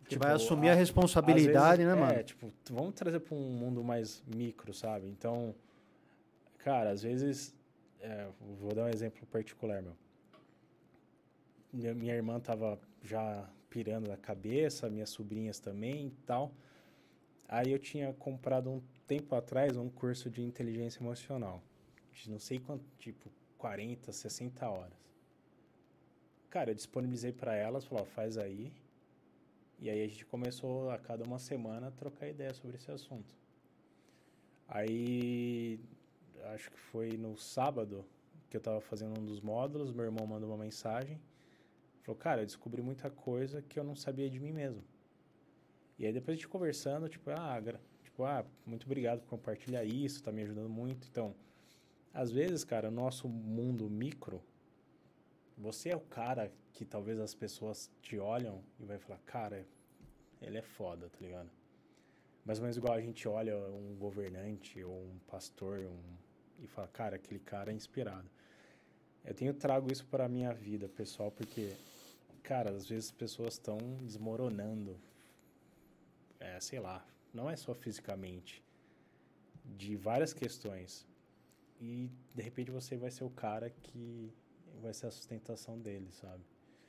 Que tipo, vai assumir a, a responsabilidade, vezes, né, mano? É, tipo, vamos trazer para um mundo mais micro, sabe? Então, cara, às vezes, é, vou dar um exemplo particular, meu. Minha, minha irmã tava já pirando na cabeça, minhas sobrinhas também e tal. Aí eu tinha comprado um tempo atrás um curso de inteligência emocional. De não sei quanto, tipo, quarenta, sessenta horas. Cara, eu disponibilizei para elas, falei, ó, faz aí. E aí a gente começou a cada uma semana a trocar ideia sobre esse assunto. Aí, acho que foi no sábado que eu tava fazendo um dos módulos, meu irmão mandou uma mensagem. Falou, cara, eu descobri muita coisa que eu não sabia de mim mesmo. E aí depois a gente conversando, tipo, ah, tipo, ah, muito obrigado por compartilhar isso, tá me ajudando muito. Então, às vezes, cara, o nosso mundo micro, você é o cara que talvez as pessoas te olham e vai falar, cara, ele é foda, tá ligado? Mais ou menos igual a gente olha um governante ou um pastor um, e fala, cara, aquele cara é inspirado. Eu tenho trago isso para a minha vida pessoal porque, cara, às vezes as pessoas estão desmoronando, é, sei lá, não é só fisicamente, de várias questões. E, de repente, você vai ser o cara que vai ser a sustentação dele, sabe?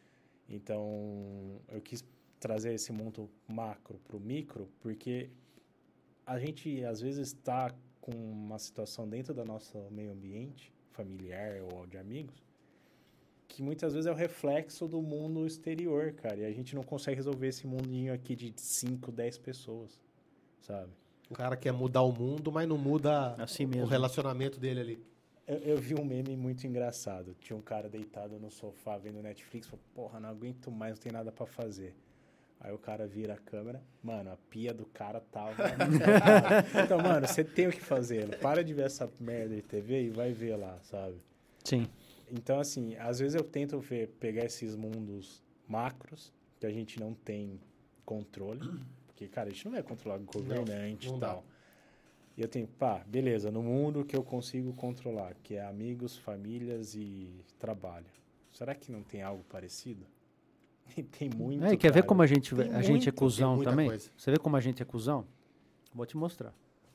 Então, eu quis trazer esse mundo macro para o micro, porque a gente, às vezes, está com uma situação dentro do nosso meio ambiente, familiar ou de amigos, que muitas vezes é o reflexo do mundo exterior, cara. E a gente não consegue resolver esse mundinho aqui de cinco, dez pessoas, sabe? O cara quer mudar o mundo, mas não muda assim o mesmo. relacionamento dele ali. Eu, eu vi um meme muito engraçado. Tinha um cara deitado no sofá vendo Netflix. Falou, porra, não aguento mais, não tem nada pra fazer. Aí o cara vira a câmera. Mano, a pia do cara tava... Então, mano, você tem o que fazer. Para de ver essa merda de T V e vai ver lá, sabe? Sim. Então, assim, às vezes eu tento ver, pegar esses mundos macros que a gente não tem controle. Porque, cara, a gente não vai controlar o governante não, não e tal. Dá. E eu tenho, pá, beleza, no mundo que eu consigo controlar, que é amigos, famílias e trabalho. Será que não tem algo parecido? E tem muito, é, e quer cara. ver como a gente, tem a gente é muito, cuzão também? Coisa. Você vê como a gente é cuzão? Vou te mostrar.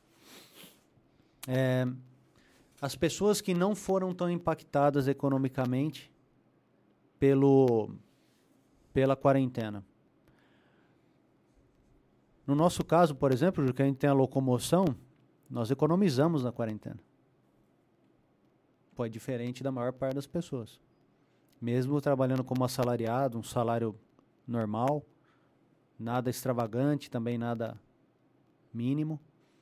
É, as pessoas que não foram tão impactadas economicamente pelo, pela quarentena. No nosso caso, por exemplo, que a gente tem a locomoção, nós economizamos na quarentena. Pô, é diferente da maior parte das pessoas. Mesmo trabalhando como assalariado, um salário normal, nada extravagante, também nada mínimo.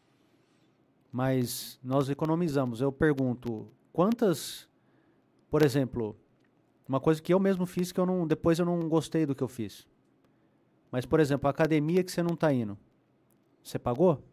Mas nós economizamos. Eu pergunto, quantas, por exemplo, uma coisa que eu mesmo fiz que eu não, depois eu não gostei do que eu fiz. Mas, por exemplo, a academia que você não está indo, você pagou?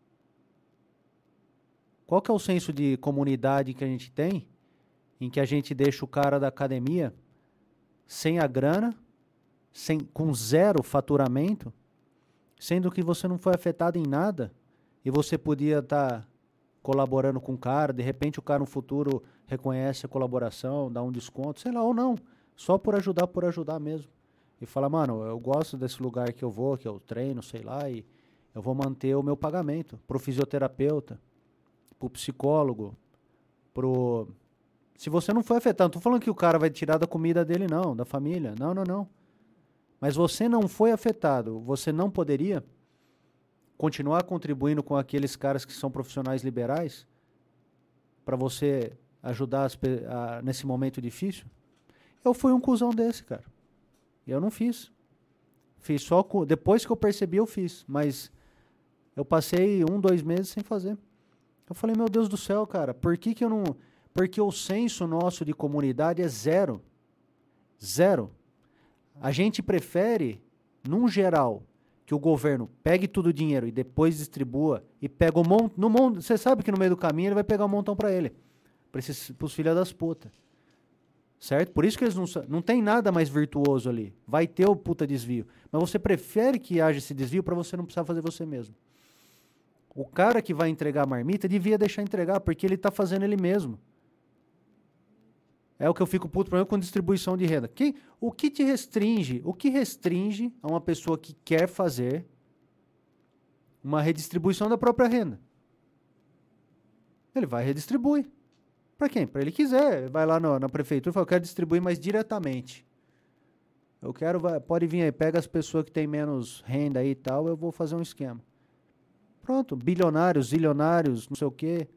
Qual que é o senso de comunidade que a gente tem, em que a gente deixa o cara da academia sem a grana, sem, com zero faturamento, sendo que você não foi afetado em nada e você podia estar tá colaborando com o cara, de repente o cara no futuro reconhece a colaboração, dá um desconto, sei lá, ou não, só por ajudar, por ajudar mesmo. E fala, mano, eu gosto desse lugar que eu vou, que eu treino, sei lá, e eu vou manter o meu pagamento pro fisioterapeuta, pro psicólogo, pro... Se você não foi afetado, não tô falando que o cara vai tirar da comida dele, não, da família, não, não, não. Mas você não foi afetado, você não poderia continuar contribuindo com aqueles caras que são profissionais liberais para você ajudar as, a, nesse momento difícil? Eu fui um cuzão desse, cara. Eu não fiz. Fiz só com, depois que eu percebi, eu fiz. Mas eu passei um, dois meses sem fazer. Eu falei, meu Deus do céu, cara, por que que eu não... Porque o senso nosso de comunidade é zero. Zero. A gente prefere, num geral, que o governo pegue todo o dinheiro e depois distribua e pega um montão... No mon, você sabe que no meio do caminho ele vai pegar um montão para ele. Para os filhos das putas. Certo? Por isso que eles não... Não tem nada mais virtuoso ali. Vai ter o puta desvio. Mas você prefere que haja esse desvio para você não precisar fazer você mesmo. O cara que vai entregar a marmita devia deixar entregar, porque ele está fazendo ele mesmo. É o que eu fico puto, por exemplo, com distribuição de renda. Quem, o que te restringe? O que restringe a uma pessoa que quer fazer uma redistribuição da própria renda? Ele vai e redistribui. Para quem? Para ele quiser. Vai lá no, na prefeitura e fala, eu quero distribuir mais diretamente. Eu quero, vai, pode vir aí, pega as pessoas que têm menos renda aí e tal, eu vou fazer um esquema. Pronto, bilionários, zilionários, não sei o quê.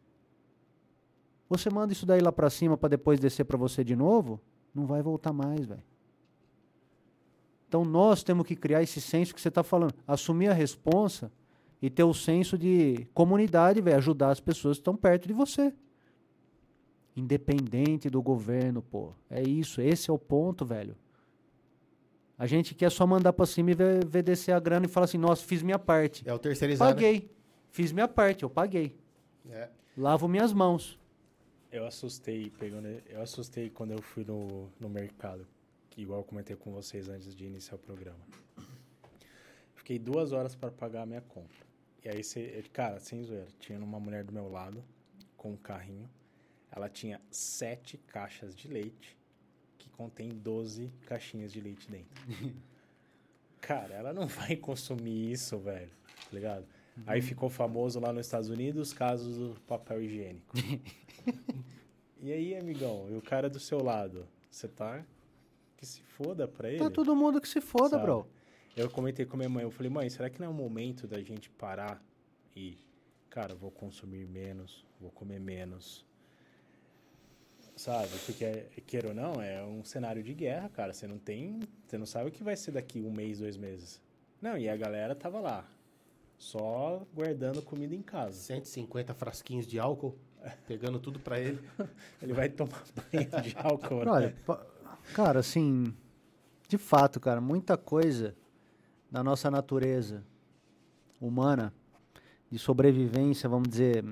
Você manda isso daí lá para cima para depois descer para você de novo, não vai voltar mais, velho. Então nós temos que criar esse senso que você está falando, assumir a responsa e ter o senso de comunidade, velho, ajudar as pessoas que estão perto de você. Independente do governo, pô. É isso, esse é o ponto, velho. A gente quer só mandar pra cima e ver, ver descer a grana e falar assim, nossa, fiz minha parte. É o terceirizado. Paguei. Né? Fiz minha parte, eu paguei. É. Lavo minhas mãos. Eu assustei, pegando, eu assustei quando eu fui no, no mercado, que igual eu comentei com vocês antes de iniciar o programa. Fiquei duas horas para pagar a minha compra. E aí, cê, cara, sem zoeira, tinha uma mulher do meu lado, com um carrinho. Ela tinha sete caixas de leite, que contém doze caixinhas de leite dentro. Cara, ela não vai consumir isso, velho, tá ligado? Uhum. Aí ficou famoso lá nos Estados Unidos, casos do papel higiênico. E aí, amigão, e o cara do seu lado, você tá... Que se foda pra ele. Tá todo mundo que se foda, sabe? Bro. Eu comentei com a minha mãe, eu falei, mãe, será que não é o momento da gente parar e, cara, vou consumir menos, vou comer menos, sabe? Porque, queira ou não, é um cenário de guerra, cara, você não tem, você não sabe o que vai ser daqui um mês, dois meses. Não, e a galera tava lá, só guardando comida em casa. cento e cinquenta frasquinhos de álcool, pegando tudo pra ele. Ele vai tomar banho de álcool, né? Olha, cara, assim, de fato, cara, muita coisa da nossa natureza humana, de sobrevivência, vamos dizer,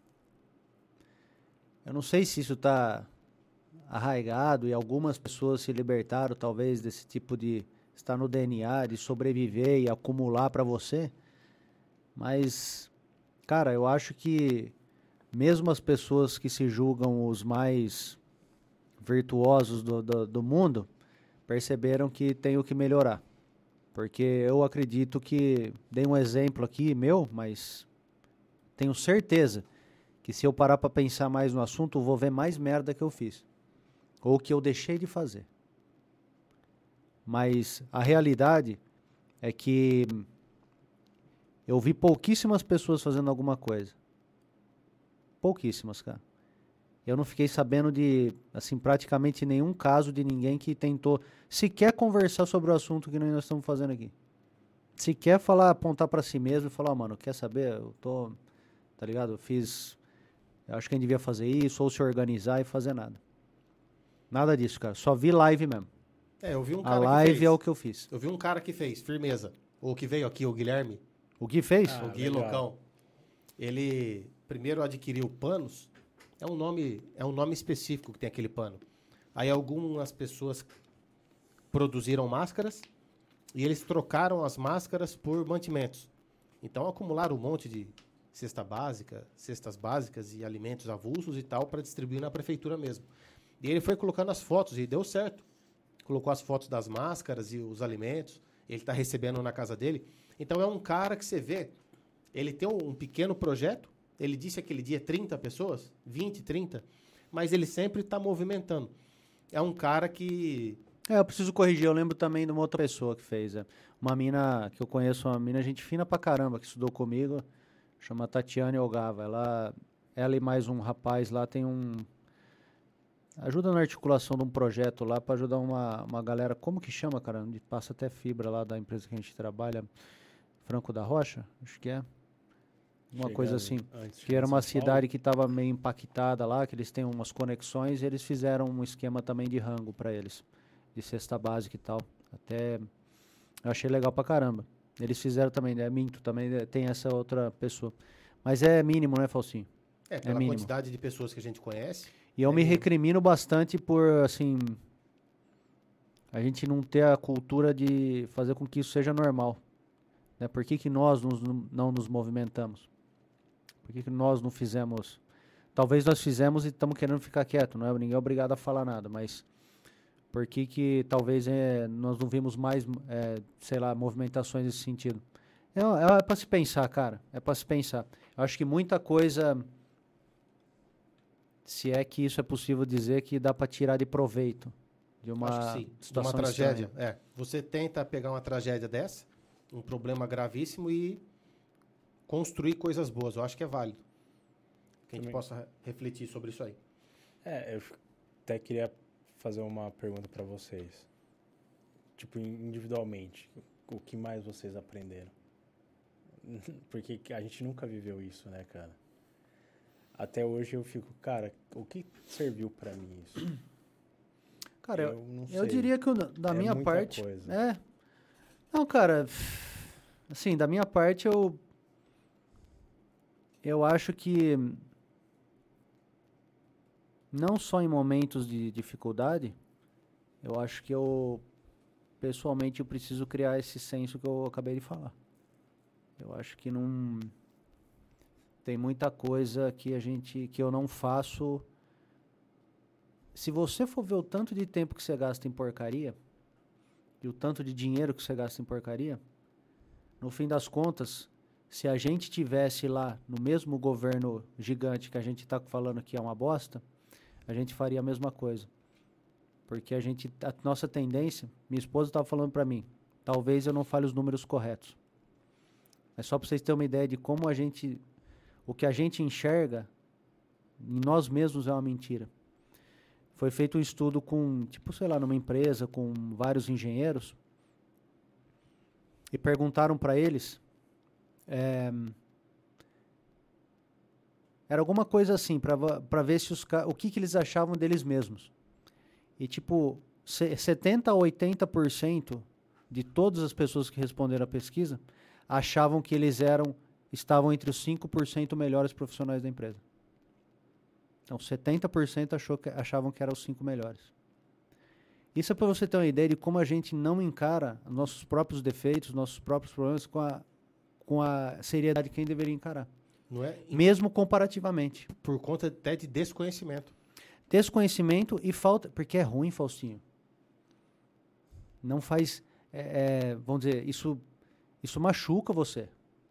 eu não sei se isso está arraigado e algumas pessoas se libertaram talvez desse tipo de, está no D N A, de sobreviver e acumular para você, mas, cara, eu acho que mesmo as pessoas que se julgam os mais virtuosos do, do, do mundo, perceberam que tem o que melhorar. Porque eu acredito que, dei um exemplo aqui meu, mas tenho certeza que se eu parar para pensar mais no assunto, eu vou ver mais merda que eu fiz. Ou que eu deixei de fazer. Mas a realidade é que eu vi pouquíssimas pessoas fazendo alguma coisa. Pouquíssimas, cara. Eu não fiquei sabendo de, assim, praticamente nenhum caso de ninguém que tentou sequer conversar sobre o assunto que nós estamos fazendo aqui. Sequer falar, apontar pra si mesmo e falar, oh, mano, quer saber? Eu tô, tá ligado? Eu fiz, eu acho que a gente devia fazer isso, ou se organizar e fazer nada. Nada disso, cara. Só vi live mesmo. É, eu vi um cara A live que fez. é o que eu fiz. Eu vi um cara que fez, firmeza. O que veio aqui, o Guilherme. O Gui fez? Ah, o Gui legal. Loucão. Ele primeiro adquiriu panos. É um nome, é um nome específico que tem aquele pano. Aí algumas pessoas produziram máscaras e eles trocaram as máscaras por mantimentos. Então acumularam um monte de cesta básica, cestas básicas e alimentos avulsos e tal para distribuir na prefeitura mesmo. E ele foi colocando as fotos e deu certo. Colocou as fotos das máscaras e os alimentos. Ele está recebendo na casa dele. Então é um cara que você vê, ele tem um, um pequeno projeto. Ele disse aquele dia trinta pessoas, vinte, trinta, mas ele sempre está movimentando. É um cara que... É, eu preciso corrigir, eu lembro também de uma outra pessoa que fez. É. Uma mina que eu conheço, uma mina gente fina pra caramba, que estudou comigo, chama Tatiane Ogava. Ela, ela e mais um rapaz lá tem um... Ajuda na articulação de um projeto lá para ajudar uma, uma galera, como que chama, cara? Onde passa até fibra lá da empresa que a gente trabalha, Franco da Rocha, acho que é. Uma Chegando coisa assim, antes que era uma de São cidade que estava meio impactada lá, que eles têm umas conexões, e eles fizeram um esquema também de rango para eles, de cesta básica e tal. Até eu achei legal pra caramba. Eles fizeram também, né? Minto, também tem essa outra pessoa. Mas é mínimo, né, Falsinho? É, pela mínimo. quantidade de pessoas que a gente conhece. E eu é me mínimo. recrimino bastante por, assim, a gente não ter a cultura de fazer com que isso seja normal. Né? Por que que nós nos, não nos movimentamos? Por que que nós não fizemos talvez nós fizemos e estamos querendo ficar quieto, não é? Ninguém é obrigado a falar nada, mas por que que talvez é, nós não vimos mais, é, sei lá, movimentações nesse sentido? É, é, é para se pensar, cara, é para se pensar. Eu acho que muita coisa, se é que isso é possível dizer, que dá para tirar de proveito de uma Acho que sim, situação de uma tragédia. estranha. É, você tenta pegar uma tragédia dessa, um problema gravíssimo e construir coisas boas. Eu acho que é válido. Que a gente Também. possa refletir sobre isso aí. É, eu até queria fazer uma pergunta para vocês. Tipo, individualmente, o que mais vocês aprenderam? Porque a gente nunca viveu isso, né, cara? Até hoje eu fico, cara, o que serviu para mim isso? Cara, eu, eu, não eu sei. diria que eu, da É minha muita parte... coisa. É. Não, cara, assim, da minha parte eu... Eu acho que não só em momentos de dificuldade, eu acho que eu, pessoalmente, eu preciso criar esse senso que eu acabei de falar. Eu acho que não... Tem muita coisa que a gente, que eu não faço... Se você for ver o tanto de tempo que você gasta em porcaria, e o tanto de dinheiro que você gasta em porcaria, no fim das contas, se a gente tivesse lá no mesmo governo gigante que a gente está falando que é uma bosta, a gente faria a mesma coisa. Porque a gente, a nossa tendência, minha esposa estava falando para mim, talvez eu não fale os números corretos. É só para vocês terem uma ideia de como a gente, o que a gente enxerga em nós mesmos é uma mentira. Foi feito um estudo com, tipo, sei lá, numa empresa com vários engenheiros e perguntaram para eles, é, era alguma coisa assim, para ver se os, o que, que eles achavam deles mesmos. E tipo, setenta a oitenta por cento de todas as pessoas que responderam à pesquisa achavam que eles eram, estavam entre os cinco por cento melhores profissionais da empresa. Então, setenta por cento achou que, achavam que eram os cinco melhores. Isso é para você ter uma ideia de como a gente não encara nossos próprios defeitos, nossos próprios problemas com a, com a seriedade que a gente deveria encarar. Não é? Mesmo comparativamente. Por conta até de desconhecimento. Desconhecimento e falta... Porque é ruim, Faustinho. Não faz... É, é, vamos dizer, isso, isso machuca você.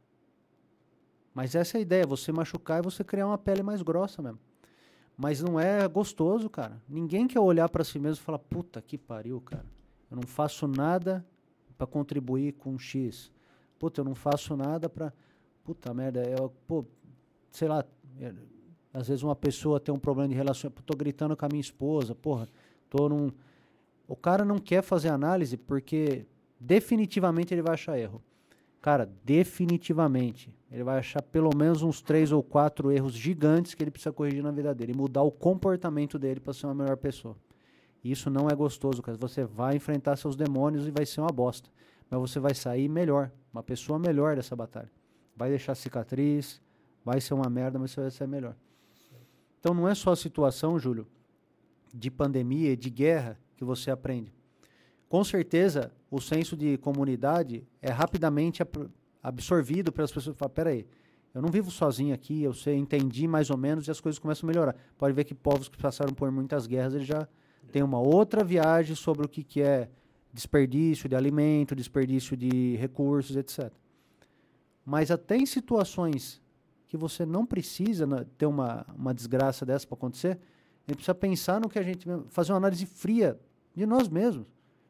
Mas essa é a ideia, você machucar e você criar uma pele mais grossa mesmo. Mas não é gostoso, cara. Ninguém quer olhar pra si mesmo e falar, puta que pariu, cara. Eu não faço nada pra contribuir com X. Puta, eu não faço nada pra... Puta merda, eu, pô, sei lá, é, às vezes uma pessoa tem um problema de relacionamento, tô gritando com a minha esposa, porra, tô num... O cara não quer fazer análise porque definitivamente ele vai achar erro. Cara, definitivamente, ele vai achar pelo menos uns três ou quatro erros gigantes que ele precisa corrigir na vida dele e mudar o comportamento dele para ser uma melhor pessoa. E isso não é gostoso, cara. Você vai enfrentar seus demônios e vai ser uma bosta. Mas você vai sair melhor, uma pessoa melhor dessa batalha. Vai deixar cicatriz, vai ser uma merda, mas você vai ser melhor. Então não é só a situação, Júlio, de pandemia, de guerra, que você aprende. Com certeza, o senso de comunidade é rapidamente absorvido pelas pessoas que falam, peraí, eu não vivo sozinho aqui, eu sei, entendi mais ou menos e as coisas começam a melhorar. Pode ver que povos que passaram por muitas guerras, eles já têm uma outra viagem sobre o que, que é desperdício de alimento, desperdício de recursos, etcétera. Mas até em situações que você não precisa ter uma, uma desgraça dessa para acontecer, a gente precisa pensar no que a gente... fazer uma análise fria de nós mesmos.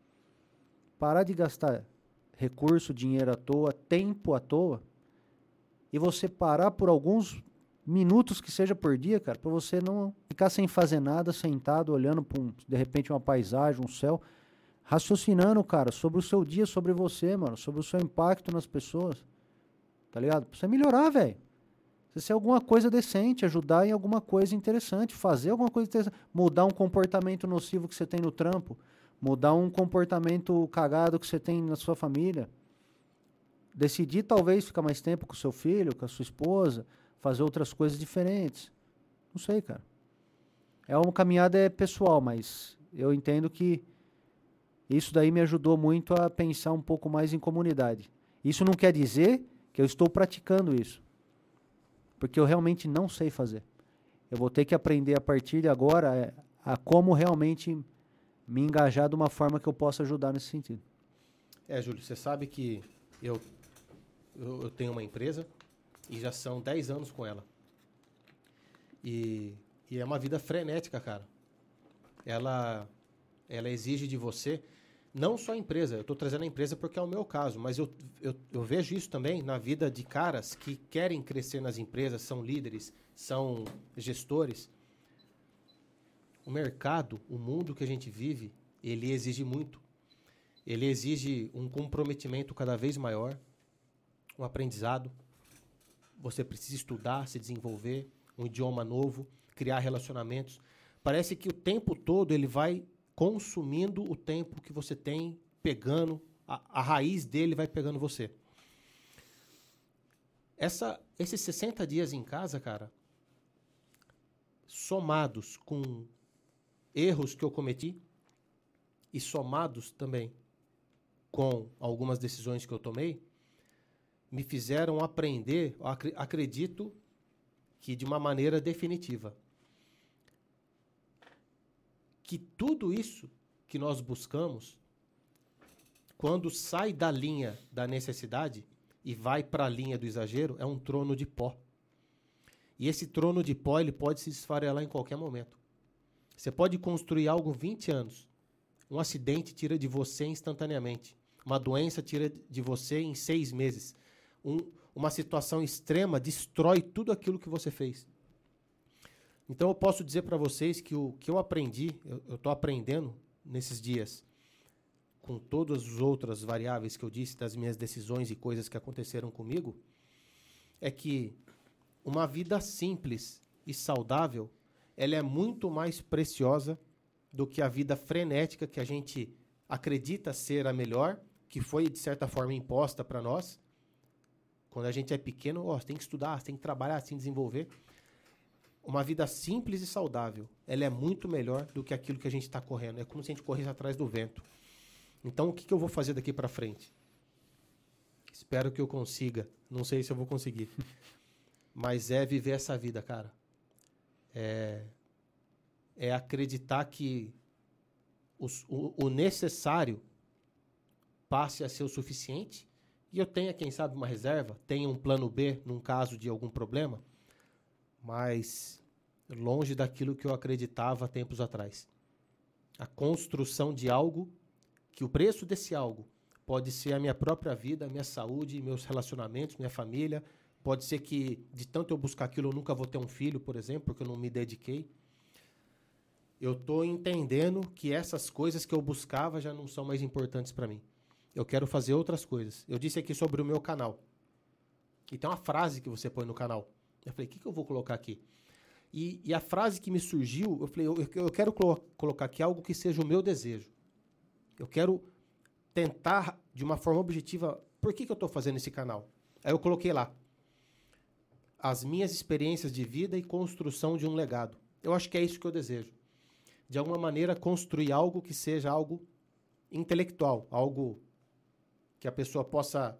Parar de gastar recurso, dinheiro à toa, tempo à toa, e você parar por alguns minutos que seja por dia, cara, para você não ficar sem fazer nada, sentado, olhando para, um, de repente, uma paisagem, um céu, raciocinando, cara, sobre o seu dia, sobre você, mano, sobre o seu impacto nas pessoas, tá ligado? Pra você melhorar, velho. Você ser alguma coisa decente, ajudar em alguma coisa interessante, fazer alguma coisa interessante, mudar um comportamento nocivo que você tem no trampo, mudar um comportamento cagado que você tem na sua família. Decidir, talvez, ficar mais tempo com o seu filho, com a sua esposa, fazer outras coisas diferentes. Não sei, cara. É uma caminhada é pessoal, mas eu entendo que isso daí me ajudou muito a pensar um pouco mais em comunidade. Isso não quer dizer que eu estou praticando isso. Porque eu realmente não sei fazer. Eu vou ter que aprender a partir de agora é, a como realmente me engajar de uma forma que eu possa ajudar nesse sentido. É, Júlio, você sabe que eu, eu, eu tenho uma empresa e já são dez anos com ela. E, e é uma vida frenética, cara. Ela, ela exige de você, não só a empresa, eu estou trazendo a empresa porque é o meu caso, mas eu, eu, eu vejo isso também na vida de caras que querem crescer nas empresas, são líderes, são gestores. O mercado, o mundo que a gente vive, ele exige muito. Ele exige um comprometimento cada vez maior, um aprendizado. Você precisa estudar, se desenvolver, um idioma novo, criar relacionamentos. Parece que o tempo todo ele vai consumindo o tempo que você tem, pegando, a, a raiz dele vai pegando você. Essa, esses sessenta dias em casa, cara, somados com erros que eu cometi e somados também com algumas decisões que eu tomei, me fizeram aprender, ac- acredito que de uma maneira definitiva, que tudo isso que nós buscamos, quando sai da linha da necessidade e vai para a linha do exagero, é um trono de pó. E esse trono de pó ele pode se esfarelar em qualquer momento. Você pode construir algo vinte anos. Um acidente tira de você instantaneamente. Uma doença tira de você em seis meses. Um, uma situação extrema destrói tudo aquilo que você fez. Então eu posso dizer para vocês que o que eu aprendi, eu estou aprendendo nesses dias, com todas as outras variáveis que eu disse das minhas decisões e coisas que aconteceram comigo, é que uma vida simples e saudável, ela é muito mais preciosa do que a vida frenética que a gente acredita ser a melhor, que foi, de certa forma, imposta para nós. Quando a gente é pequeno, ó, você tem que estudar, você tem que trabalhar, você tem que desenvolver. Uma vida simples e saudável, ela é muito melhor do que aquilo que a gente está correndo. É como se a gente corresse atrás do vento. Então, o que, que eu vou fazer daqui para frente? Espero que eu consiga. Não sei se eu vou conseguir. Mas é viver essa vida, cara. É, é acreditar que os, o, o necessário passe a ser o suficiente e eu tenha, quem sabe, uma reserva, tenha um plano B num caso de algum problema, mas longe daquilo que eu acreditava tempos atrás. A construção de algo, que o preço desse algo pode ser a minha própria vida, a minha saúde, meus relacionamentos, minha família. Pode ser que, de tanto eu buscar aquilo, eu nunca vou ter um filho, por exemplo, porque eu não me dediquei. Eu estou entendendo que essas coisas que eu buscava já não são mais importantes para mim. Eu quero fazer outras coisas. Eu disse aqui sobre o meu canal. E tem uma frase que você põe no canal. Eu falei, o que, que eu vou colocar aqui? E, e a frase que me surgiu, eu falei, eu, eu quero colo- colocar aqui algo que seja o meu desejo. Eu quero tentar, de uma forma objetiva, por que, que eu estou fazendo esse canal? Aí eu coloquei lá, as minhas experiências de vida e construção de um legado. Eu acho que é isso que eu desejo. De alguma maneira, construir algo que seja algo intelectual, algo que a pessoa possa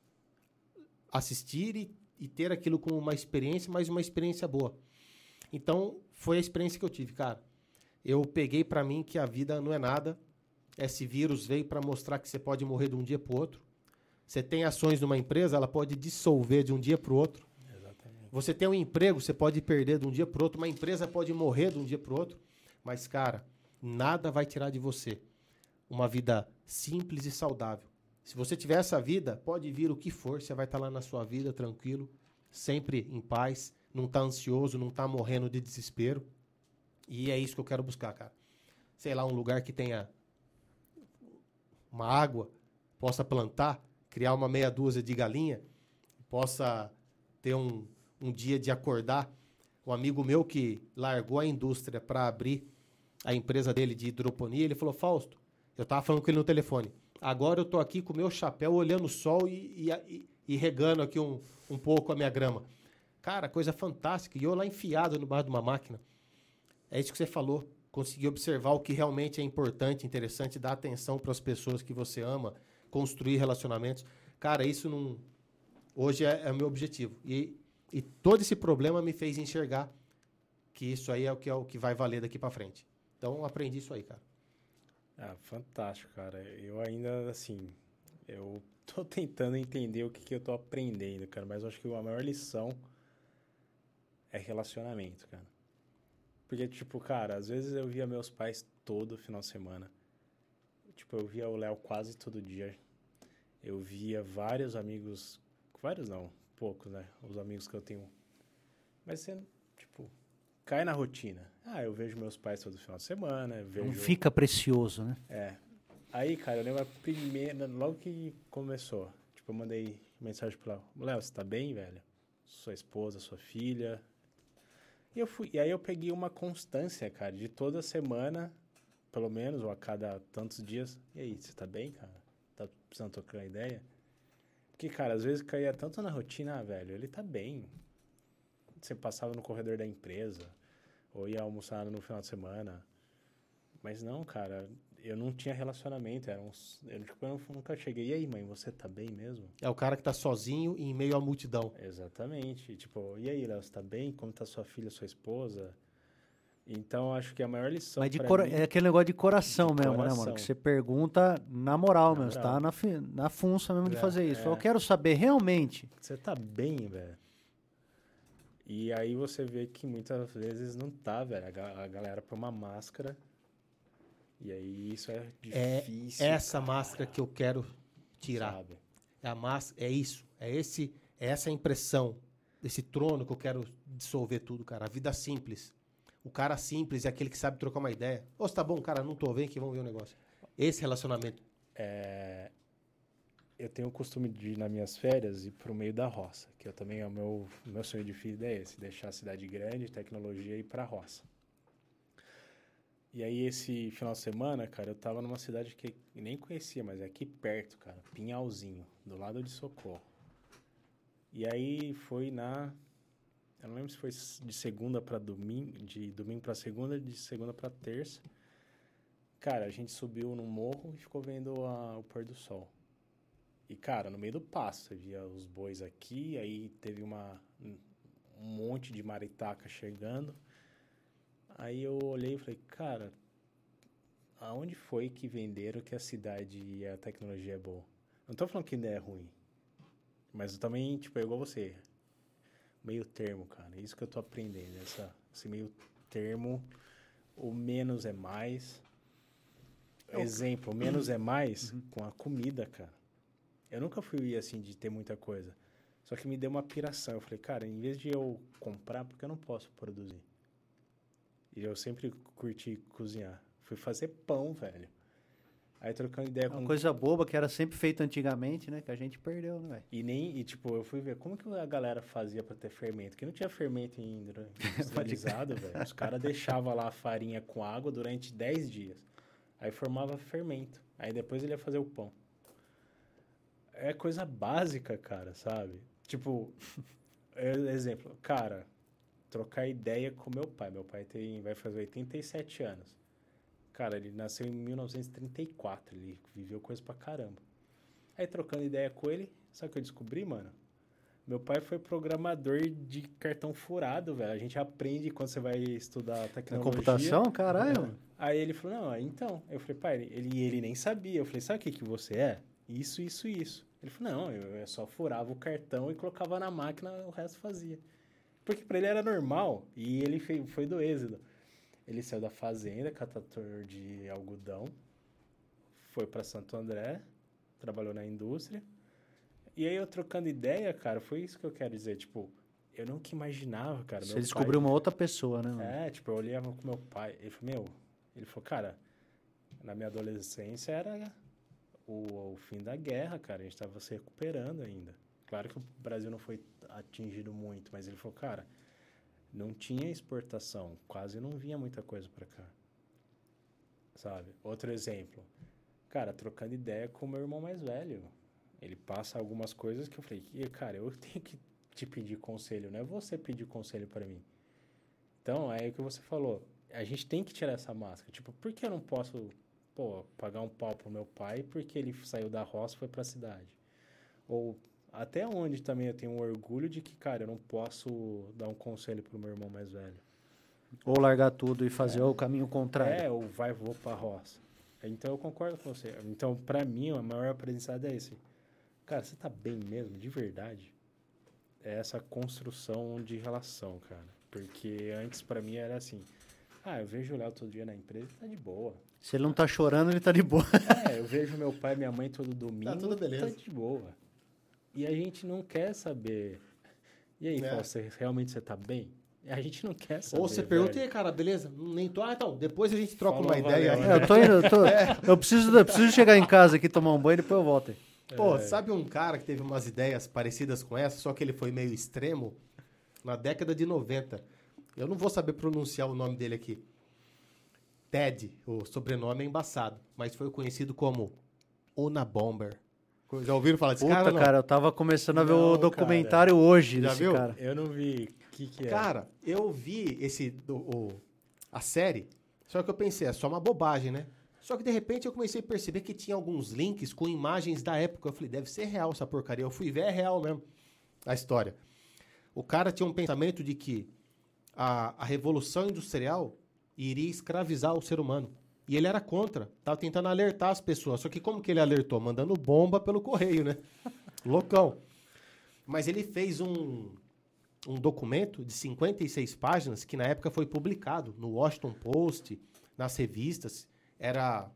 assistir e, e ter aquilo como uma experiência, mas uma experiência boa. Então, foi a experiência que eu tive, cara. Eu peguei para mim que a vida não é nada. Esse vírus veio para mostrar que você pode morrer de um dia para o outro. Você tem ações numa empresa, ela pode dissolver de um dia para o outro. Exatamente. Você tem um emprego, você pode perder de um dia para o outro. Uma empresa pode morrer de um dia para o outro. Mas, cara, nada vai tirar de você uma vida simples e saudável. Se você tiver essa vida, pode vir o que for, você vai estar lá na sua vida, tranquilo, sempre em paz, não está ansioso, não está morrendo de desespero. E é isso que eu quero buscar, cara. Sei lá, um lugar que tenha uma água, possa plantar, criar uma meia dúzia de galinha, possa ter um, um dia de acordar. Um amigo meu que largou a indústria para abrir a empresa dele de hidroponia, ele falou, Fausto, eu estava falando com ele no telefone, agora eu estou aqui com o meu chapéu olhando o sol e, e, e regando aqui um, um pouco a minha grama. Cara, coisa fantástica. E eu lá enfiado no bar de uma máquina. É isso que você falou. Conseguir observar o que realmente é importante, interessante, dar atenção para as pessoas que você ama, construir relacionamentos. Cara, isso não... Hoje é, é o meu objetivo. E, e todo esse problema me fez enxergar que isso aí é o que, é o que vai valer daqui pra frente. Então, aprendi isso aí, cara. Ah, fantástico, cara. Eu ainda, assim, eu tô tentando entender o que, que eu tô aprendendo, cara, mas eu acho que a maior lição é relacionamento, cara. Porque, tipo, cara, às vezes eu via meus pais todo final de semana. Tipo, eu via o Léo quase todo dia. Eu via vários amigos, vários não, poucos, né? Os amigos que eu tenho. Mas você, tipo, cai na rotina. Ah, eu vejo meus pais todo final de semana, eu vejo... Não fica precioso, né? É. Aí, cara, eu lembro a primeira, logo que começou, tipo, eu mandei mensagem pro Léo. Léo, você tá bem, velho? Sua esposa, sua filha. E, eu fui, e aí eu peguei uma constância, cara, de toda semana, pelo menos, ou a cada tantos dias. E aí, você tá bem, cara? Tá precisando trocar ideia? Porque, cara, às vezes caía tanto na rotina, ah, velho, ele tá bem. Você passava no corredor da empresa, ou ia almoçar no final de semana. Mas não, cara, eu não tinha relacionamento, era uns, eu, tipo, eu nunca cheguei. E aí, mãe, você tá bem mesmo? É o cara que tá sozinho em meio à multidão. Exatamente. Tipo, e aí, Léo, você tá bem? Como tá sua filha, sua esposa? Então, acho que a maior lição Mas de pra cora- mim... é aquele negócio de coração De mesmo, né, coração. mano? Que você pergunta na moral Na mesmo, você moral. tá na, fi- na funça mesmo de É, fazer isso. é. Eu quero saber realmente. Você tá bem, velho? E aí você vê que muitas vezes não tá, velho. A, ga- a galera põe uma máscara. E aí isso é É difícil. essa cara, máscara que eu quero tirar. sabe? É a máscara, é isso. É esse, é essa impressão desse trono que eu quero dissolver tudo, cara. A vida simples. O cara simples é aquele que sabe trocar uma ideia. Ô, você tá bom, cara? Não tô, vem aqui, vamos ver o negócio. Esse relacionamento. É, eu tenho o costume de ir nas minhas férias e pro meio da roça, que eu também é o meu, meu sonho de vida é esse, deixar a cidade grande, tecnologia e ir pra roça. E aí esse final de semana, cara, eu tava numa cidade que eu nem conhecia, mas é aqui perto, cara, Pinhalzinho, do lado de Socorro. E aí foi na, eu não lembro se foi de segunda pra domingo, de domingo pra segunda, de segunda pra terça. Cara, a gente subiu no morro e ficou vendo a- o pôr do sol. E, cara, no meio do pasto, você via os bois aqui, aí teve uma, um um monte de maritaca chegando. Aí eu olhei e falei, cara, aonde foi que venderam que a cidade e a tecnologia é boa? Não tô falando que ainda é ruim, mas eu também, tipo, é igual você. Meio termo, cara, é isso que eu tô aprendendo, essa, esse meio termo, o menos é mais. Exemplo, menos é mais com a comida, cara. Eu nunca fui assim de ter muita coisa. Só que me deu uma piração. Eu falei, cara, em vez de eu comprar, porque eu não posso produzir? E eu sempre curti cozinhar. Fui fazer pão, velho. Aí trocando ideia Uma com... coisa boba que era sempre feita antigamente, né? Que a gente perdeu, né, velho? E nem... E tipo, eu fui ver como que a galera fazia pra ter fermento. Porque não tinha fermento ainda industrializado, velho. Os caras deixavam lá a farinha com água durante dez dias. Aí formava fermento. Aí depois ele ia fazer o pão. É coisa básica, cara, sabe? Tipo, exemplo, cara, trocar ideia com meu pai. Meu pai tem, vai fazer oitenta e sete anos. Cara, ele nasceu em mil novecentos e trinta e quatro, ele viveu coisa pra caramba. Aí trocando ideia com ele, sabe o que eu descobri, mano? Meu pai foi programador de cartão furado, velho. A gente aprende quando você vai estudar tecnologia. Na computação? Caralho. É. Aí ele falou, não, então. Eu falei, pai, ele, ele nem sabia. Eu falei, sabe o que, que você é? Isso, isso, isso. Ele falou, não, eu, eu só furava o cartão e colocava na máquina, o resto fazia. Porque pra ele era normal. E ele foi, foi do êxodo. Ele saiu da fazenda, catador de algodão, foi pra Santo André, trabalhou na indústria. E aí eu trocando ideia, cara, foi isso que eu quero dizer. Tipo, eu nunca imaginava, cara. Você meu descobriu pai... uma outra pessoa, né, mano? É, tipo, eu olhava com meu pai. Ele falou, meu... Ele falou, cara, na minha adolescência era o, o fim da guerra, cara. A gente tava se recuperando ainda. Claro que o Brasil não foi atingido muito, mas ele falou, cara, não tinha exportação. Quase não vinha muita coisa pra cá. Sabe? Outro exemplo. Cara, trocando ideia com o meu irmão mais velho. Ele passa algumas coisas que eu falei, cara, eu tenho que te pedir conselho, não é você pedir conselho pra mim. Então, é o que você falou. A gente tem que tirar essa máscara. Tipo, por que eu não posso, pô, pagar um pau pro meu pai porque ele saiu da roça e foi pra cidade? Ou até onde também eu tenho um orgulho de que, cara, eu não posso dar um conselho pro meu irmão mais velho. Ou largar tudo e fazer é. o caminho contrário. É, ou vai, vou pra roça. Então eu concordo com você. Então, pra mim, a maior aprendizado é esse. Cara, você tá bem mesmo, de verdade? É essa construção de relação, cara. Porque antes, pra mim, era assim... Ah, eu vejo o Léo todo dia na empresa, ele tá de boa. Se ele não tá chorando, ele tá de boa. É, eu vejo meu pai e minha mãe todo domingo, tá tudo beleza. Tá de boa. E a gente não quer saber... E aí, é. Fala, você, realmente você tá bem? A gente não quer saber. Ou você pergunta, e aí, cara, beleza? Nem tô. Ah, então, depois a gente troca Fala, uma valeu, ideia. É, eu tô indo, eu, tô, é. eu, preciso, eu preciso chegar em casa aqui, tomar um banho e depois eu volto. Pô, é. Sabe um cara que teve umas ideias parecidas com essa, só que ele foi meio extremo? Na década de noventa. Eu não vou saber pronunciar o nome dele aqui. Ted, o sobrenome é embaçado, mas foi conhecido como Unabomber. Já ouviram falar desse Puta, cara? Puta, cara, eu tava começando a ver não, o documentário cara. hoje Já desse viu? cara. Eu não vi. O que, que é? Cara, eu vi esse, o, o, a série, só que eu pensei, é só uma bobagem, né? Só que de repente eu comecei a perceber que tinha alguns links com imagens da época. Eu falei, deve ser real essa porcaria. Eu fui ver, é real mesmo a história. O cara tinha um pensamento de que a, a Revolução Industrial iria escravizar o ser humano. E ele era contra. Tava tentando alertar as pessoas. Só que como que ele alertou? Mandando bomba pelo correio, né? Loucão. Mas ele fez um, um documento de cinquenta e seis páginas que na época foi publicado no Washington Post, nas revistas. Era...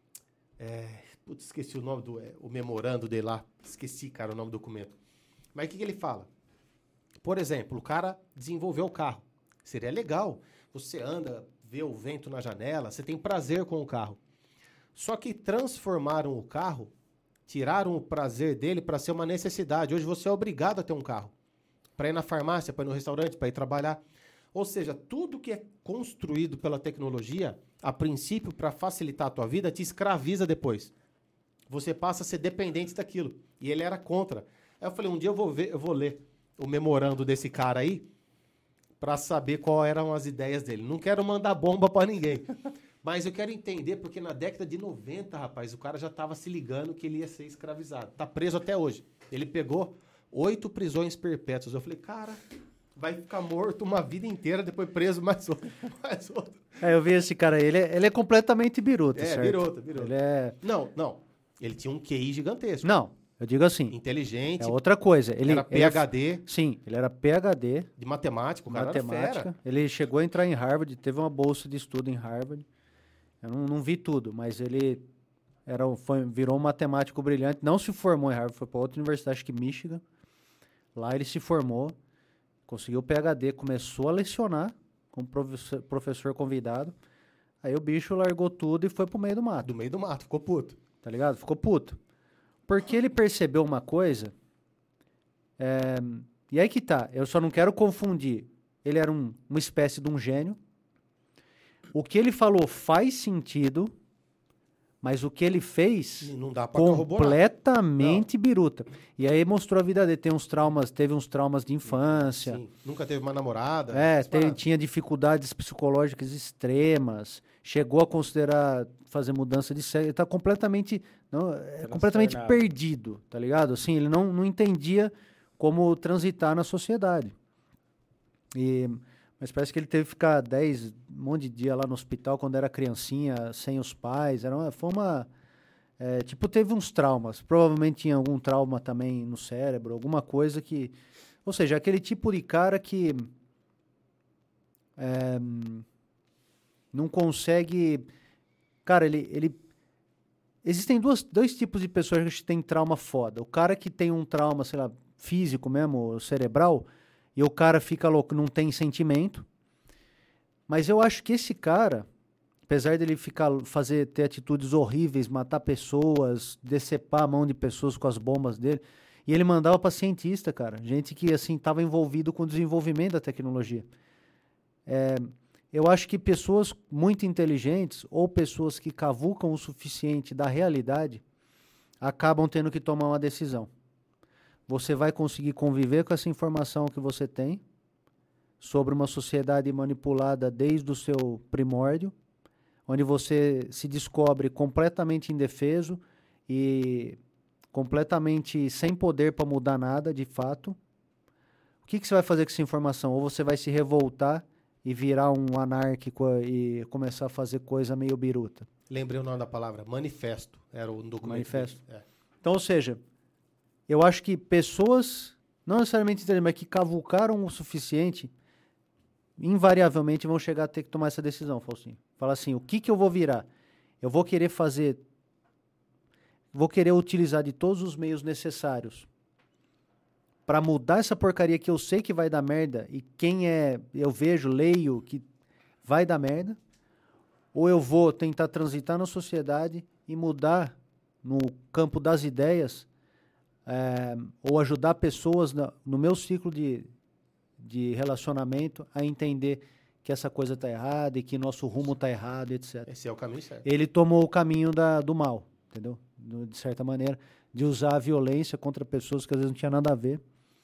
É, putz, esqueci o nome do... É, o memorando dele lá. Esqueci, cara, o nome do documento. Mas o que, que ele fala? Por exemplo, o cara desenvolveu o carro. Seria legal. Você anda... vê o vento na janela, você tem prazer com o carro. Só que transformaram o carro, tiraram o prazer dele para ser uma necessidade. Hoje você é obrigado a ter um carro. Para ir na farmácia, para ir no restaurante, para ir trabalhar. Ou seja, tudo que é construído pela tecnologia, a princípio, para facilitar a tua vida, te escraviza depois. Você passa a ser dependente daquilo. E ele era contra. Aí eu falei, um dia eu vou ver, eu vou ler o memorando desse cara aí, para saber qual eram as ideias dele. Não quero mandar bomba para ninguém. Mas eu quero entender, porque na década de noventa, rapaz, o cara já estava se ligando que ele ia ser escravizado. Tá preso até hoje. Ele pegou oito prisões perpétuas. Eu falei, cara, vai ficar morto uma vida inteira, depois preso mais outro. Mais outro. É, eu vi esse cara aí. Ele é, ele é completamente biruta, É, certo? biruta, biruta. Ele é... Não, não. Ele tinha um Q I gigantesco. Não. Eu digo assim, inteligente. É outra coisa. Ele era P H D. Ele, sim, ele era P H D. De matemática, o cara matemática. Era fera. Ele chegou a entrar em Harvard, teve uma bolsa de estudo em Harvard. Eu não, não vi tudo, mas ele era, foi, virou um matemático brilhante. Não se formou em Harvard, foi para outra universidade, acho que Michigan. Lá ele se formou, conseguiu o P H D, começou a lecionar como professor, professor convidado. Aí o bicho largou tudo e foi pro meio do mato. Do meio do mato, ficou puto. Tá ligado? Ficou puto. Porque ele percebeu uma coisa, é, e aí que tá, eu só não quero confundir. Ele era um, uma espécie de um gênio. O que ele falou faz sentido, mas o que ele fez, não dá pra completamente biruta. E aí mostrou a vida dele. Tem uns traumas, teve uns traumas de infância. Sim, nunca teve uma namorada. É, teve, tinha dificuldades psicológicas extremas. Chegou a considerar fazer mudança de sexo. Ele está completamente, não, é completamente perdido, tá ligado? Assim, ele não, não entendia como transitar na sociedade. E, mas parece que ele teve que ficar dez, um monte de dia lá no hospital quando era criancinha, sem os pais. Era uma, foi uma... É, tipo, teve uns traumas. Provavelmente tinha algum trauma também no cérebro, alguma coisa que... Ou seja, aquele tipo de cara que... É, não consegue... Cara, ele, ele... Existem duas, dois tipos de pessoas que têm trauma foda. O cara que tem um trauma, sei lá, físico mesmo, cerebral, e o cara fica louco, não tem sentimento. Mas eu acho que esse cara, apesar dele ficar, fazer, ter atitudes horríveis, matar pessoas, decepar a mão de pessoas com as bombas dele, e ele mandava para cientista, cara. Gente que, assim, estava envolvido com o desenvolvimento da tecnologia. É... Eu acho que pessoas muito inteligentes ou pessoas que cavucam o suficiente da realidade acabam tendo que tomar uma decisão. Você vai conseguir conviver com essa informação que você tem sobre uma sociedade manipulada desde o seu primórdio, onde você se descobre completamente indefeso e completamente sem poder para mudar nada, de fato. O que, que você vai fazer com essa informação? Ou você vai se revoltar e virar um anárquico e começar a fazer coisa meio biruta. Lembrei o nome da palavra, manifesto. Era o documento. Manifesto. É. Então, ou seja, eu acho que pessoas, não necessariamente inteligentes, mas que cavucaram o suficiente, invariavelmente vão chegar a ter que tomar essa decisão, Faustinho. Falar assim, o que, que eu vou virar? Eu vou querer fazer, vou querer utilizar de todos os meios necessários para mudar essa porcaria que eu sei que vai dar merda e quem é, eu vejo, leio que vai dar merda, ou eu vou tentar transitar na sociedade e mudar no campo das ideias, é, ou ajudar pessoas na, no meu ciclo de, de relacionamento a entender que essa coisa está errada e que nosso rumo está errado, etcétera. Esse é o caminho certo. Ele tomou o caminho da, do mal, entendeu? De certa maneira, de usar a violência contra pessoas que às vezes não tinha nada a ver.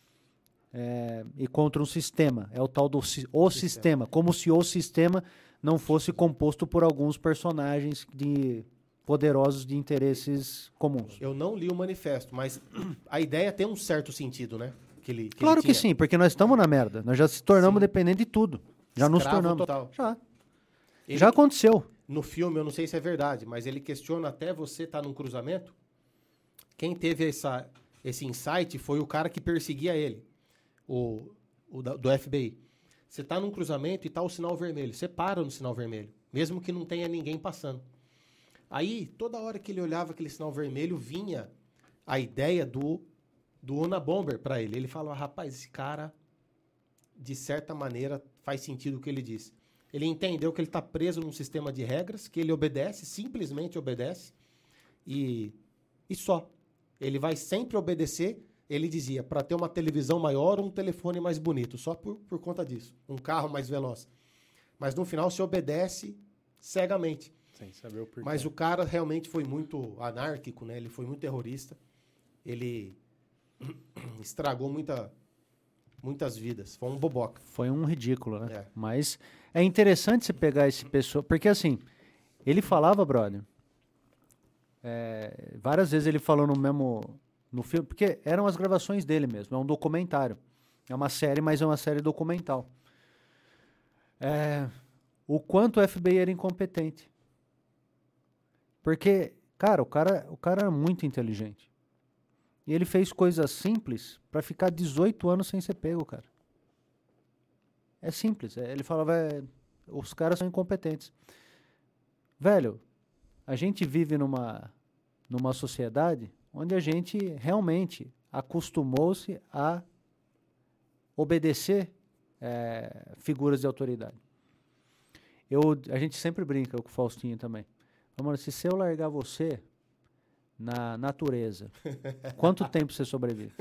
É, e contra um sistema. É o tal do o sistema. sistema. Como se o sistema não fosse composto por alguns personagens de, poderosos de interesses comuns. Eu não li o manifesto, mas a ideia tem um certo sentido, né? Que ele, que claro ele que sim, porque nós estamos na merda. Nós já se tornamos dependentes de tudo. Já Escravo nos tornamos. Total. Já. Ele, já aconteceu. No filme, eu não sei se é verdade, mas ele questiona até você estar tá num cruzamento. Quem teve essa, esse insight foi o cara que perseguia ele, o, o da, do F B I. Você está num cruzamento e está o sinal vermelho. Você para no sinal vermelho, mesmo que não tenha ninguém passando. Aí, toda hora que ele olhava aquele sinal vermelho, vinha a ideia do, do Unabomber para ele. Ele falou, rapaz, esse cara, de certa maneira, faz sentido o que ele diz. Ele entendeu que ele está preso num sistema de regras, que ele obedece, simplesmente obedece, e, e só. Ele vai sempre obedecer, ele dizia, para ter uma televisão maior ou um telefone mais bonito, só por, por conta disso. Um carro mais veloz. Mas no final se obedece cegamente. Sem saber o porquê. Mas o cara realmente foi muito anárquico, né? Ele foi muito terrorista. Ele estragou muita, muitas vidas. Foi um boboca. Foi um ridículo, né? É. Mas é interessante você pegar esse pessoa... Porque assim, ele falava, brother... É, várias vezes ele falou no mesmo... No filme, porque eram as gravações dele mesmo. É um documentário. É uma série, mas é uma série documental. É, o quanto o F B I era incompetente. Porque, cara, o cara, o cara era muito inteligente. E ele fez coisas simples para ficar dezoito anos sem ser pego, cara. É simples. É, ele falava, é, os caras são incompetentes. Velho, a gente vive numa, numa sociedade onde a gente realmente acostumou-se a obedecer é, figuras de autoridade. Eu, a gente sempre brinca com o Faustinho também. Mano, se eu largar você na natureza, quanto tempo você sobrevive?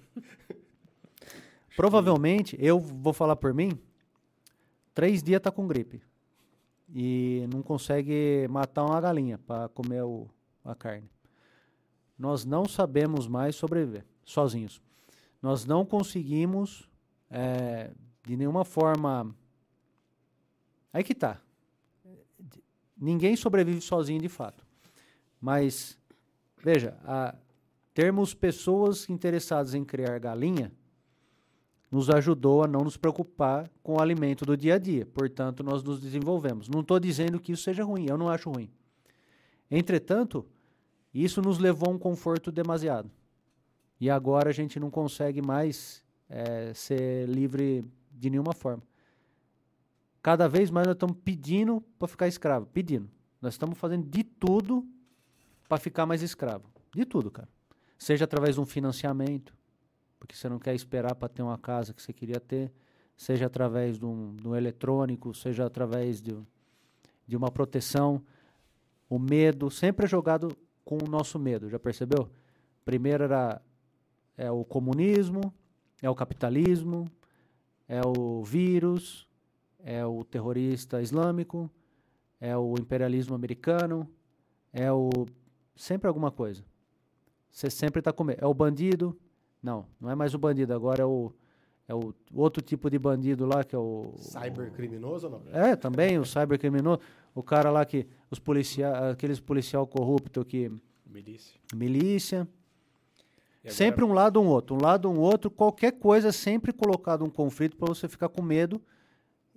Provavelmente, eu vou falar por mim, três dias tá com gripe. E não consegue matar uma galinha para comer o, a carne. Nós não sabemos mais sobreviver, sozinhos. Nós não conseguimos, é, de nenhuma forma... Aí que tá. Ninguém sobrevive sozinho de fato. Mas, veja, a, termos pessoas interessadas em criar galinha nos ajudou a não nos preocupar com o alimento do dia a dia. Portanto, nós nos desenvolvemos. Não estou dizendo que isso seja ruim, eu não acho ruim. Entretanto, isso nos levou a um conforto demasiado. E agora a gente não consegue mais é, ser livre de nenhuma forma. Cada vez mais nós estamos pedindo para ficar escravo. Pedindo. Nós estamos fazendo de tudo para ficar mais escravo. De tudo, cara. Seja através de um financiamento, porque você não quer esperar para ter uma casa que você queria ter, seja através de um, de um eletrônico, seja através de, de uma proteção. O medo sempre é jogado com o nosso medo, já percebeu? Primeiro era é o comunismo, é o capitalismo, é o vírus, é o terrorista islâmico, é o imperialismo americano, é o... sempre alguma coisa. Você sempre está com medo. É o bandido... Não, não é mais o bandido, agora é o, é o outro tipo de bandido lá, que é o... Cybercriminoso ou não? É, também, o cybercriminoso. O cara lá que, os policia, aqueles policial corrupto que... Milícia. Milícia. Agora... Sempre um lado ou um outro, um lado ou um outro, qualquer coisa sempre colocado um conflito para você ficar com medo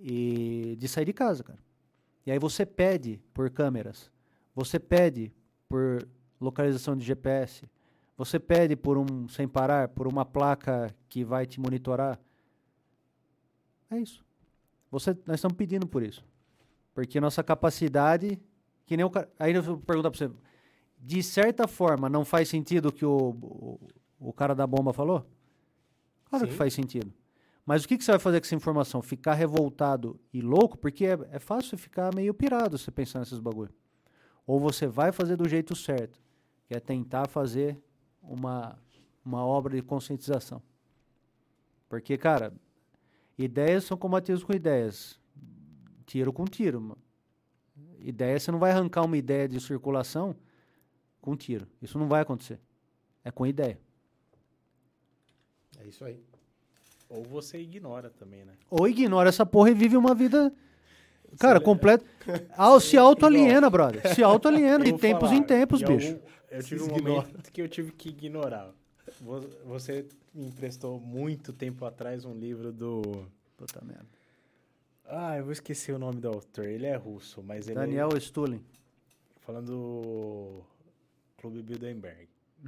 e de sair de casa, cara. E aí você pede por câmeras, você pede por localização de G P S, você pede por um sem parar, por uma placa que vai te monitorar. É isso. Você, nós estamos pedindo por isso. Porque nossa capacidade, que nem o cara... Aí eu vou perguntar para você, de certa forma, não faz sentido o que o, o, o cara da bomba falou? Claro Sim. que faz sentido. Mas o que, que você vai fazer com essa informação? Ficar revoltado e louco? Porque é, é fácil ficar meio pirado você pensar nesses bagulho. Ou você vai fazer do jeito certo, que é tentar fazer uma, uma obra de conscientização. Porque, cara, ideias são combatidas com ideias. Tiro com tiro. Mano. Ideia, você não vai arrancar uma ideia de circulação com tiro. Isso não vai acontecer. É com ideia. É isso aí. Ou você ignora também, né? Ou ignora essa porra e vive uma vida, cara, completa. Ah, se auto-aliena, brother. Se auto-aliena de vou tempos falar, em tempos, em bicho. algum- eu tive um Se ignora. momento que eu tive que ignorar. Vo- Você me emprestou muito tempo atrás um livro do... Puta merda. Ah, eu vou esquecer o nome do autor. Ele é russo, mas ele Daniel é... Stulin. Falando do Clube Bilderberg.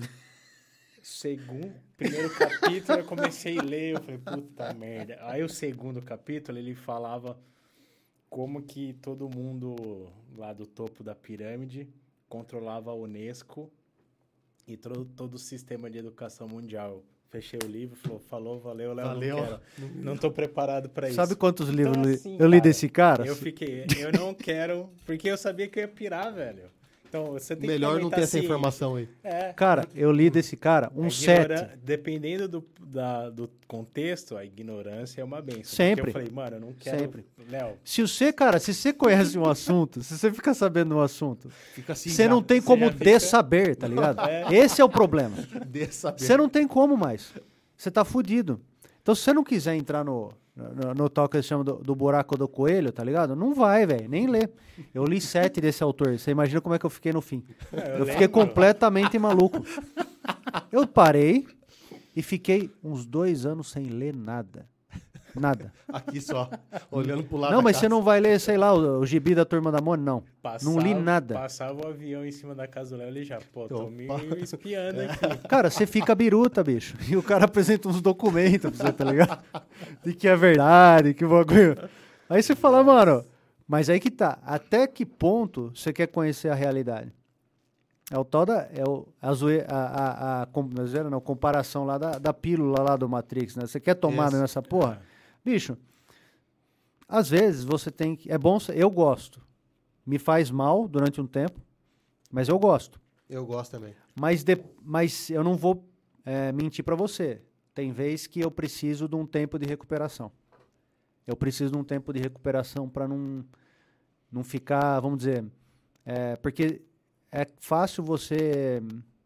Segundo, primeiro capítulo eu comecei a ler, eu falei, puta merda. Aí o segundo capítulo ele falava como que todo mundo lá do topo da pirâmide controlava a Unesco e todo, todo o sistema de educação mundial. Fechei o livro, falou, falou, valeu, Léo, Valeu. não quero. Não tô preparado pra isso. Sabe quantos livros Então, eu li- assim, eu li cara, desse cara? Eu fiquei, eu não quero, porque eu sabia que eu ia pirar, velho. Então, você tem Melhor que não também ter tá essa ciente. informação aí. É. Cara, eu li desse cara um A sete. ignora- Dependendo do, da- do contexto, a ignorância é uma benção. Sempre. Porque eu falei, mano, eu não quero... Sempre. Léo, Se você, cara, se você conhece um assunto, se você fica sabendo um assunto, Fica assim. você já. não tem você como já fica- dessaber, tá ligado? É. Esse é o problema. De saber. Você não tem como mais. Você tá fudido. Então, se você não quiser entrar no, no, no tal que eles chamam do, do buraco do coelho, tá ligado? Não vai, velho. Nem lê. Eu li sete desse autor. Você imagina como é que eu fiquei no fim. eu Eu lembro. fiquei completamente maluco. Eu parei e fiquei uns dois anos sem ler nada. Nada. Aqui só, olhando pro lado Não, da mas você casa. não vai ler, sei lá, o, o gibi da Turma da Mônica? Não. Não li nada. Passava o avião em cima da casa do Léo, ele já, pô, tô me Opa. espiando aqui. Cara, você fica biruta, bicho. E o cara apresenta uns documentos pra você, tá ligado? De que é verdade, que bagulho. Aí você fala, mano, mas aí que tá. Até que ponto você quer conhecer a realidade? É o tal da. É o, a, zoe, a, a, a, com- mas era, não, comparação lá da, da pílula lá do Matrix, né? Você quer tomar Isso. nessa porra? Bicho, às vezes você tem que. É bom. Eu gosto. Me faz mal durante um tempo, mas eu gosto. Eu gosto também. Mas, de, mas eu não vou é, mentir para você. Tem vez que eu preciso de um tempo de recuperação. Eu preciso de um tempo de recuperação para não, não ficar, vamos dizer... É, porque é fácil você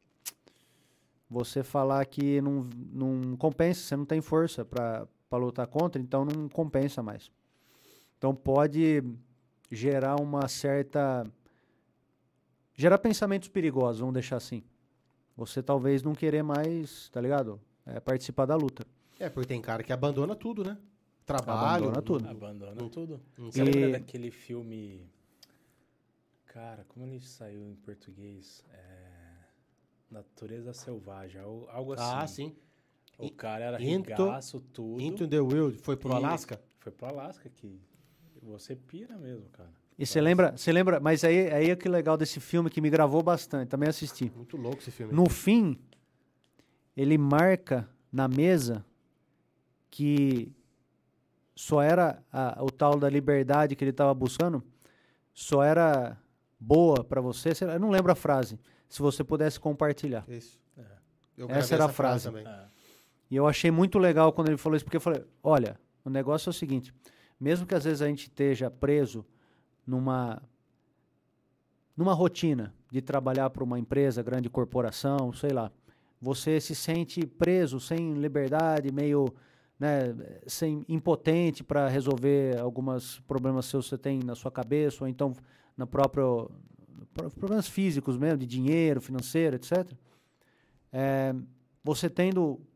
você falar que não, não compensa, você não tem força para lutar contra, então não compensa mais. Então pode gerar uma certa... Gerar pensamentos perigosos, vamos deixar assim. Você talvez não querer mais, tá ligado? É, participar da luta. É, porque tem cara que abandona tudo, né? Trabalho. Abandona tudo. Abandona Não- tudo. não Você quer- lembra E- daquele filme... Cara, como ele saiu em português? É... Natureza Selvagem, al- algo assim. Ah, sim. O cara era Into- regaço, tudo. Into the Wild. Foi pro E- Alasca? Foi pro Alasca que você pira mesmo, cara. E você lembra, você lembra, mas aí, aí é que legal desse filme que me gravou bastante, também assisti. Muito louco esse filme. No fim, ele marca na mesa que só era a- o tal da liberdade que ele estava buscando, só era boa para você, sei lá, eu não lembro a frase, se você pudesse compartilhar. Isso. É. Eu Essa gravei era a frase. também. Ah, E eu achei muito legal quando ele falou isso, porque eu falei, olha, o negócio é o seguinte, mesmo que às vezes a gente esteja preso numa, numa rotina de trabalhar para uma empresa, grande corporação, sei lá, você se sente preso, sem liberdade, meio, né, sem, impotente para resolver alguns problemas seus que você tem na sua cabeça, ou então na própria, pro- problemas físicos mesmo, de dinheiro, financeiro, etcétera. É, você tendo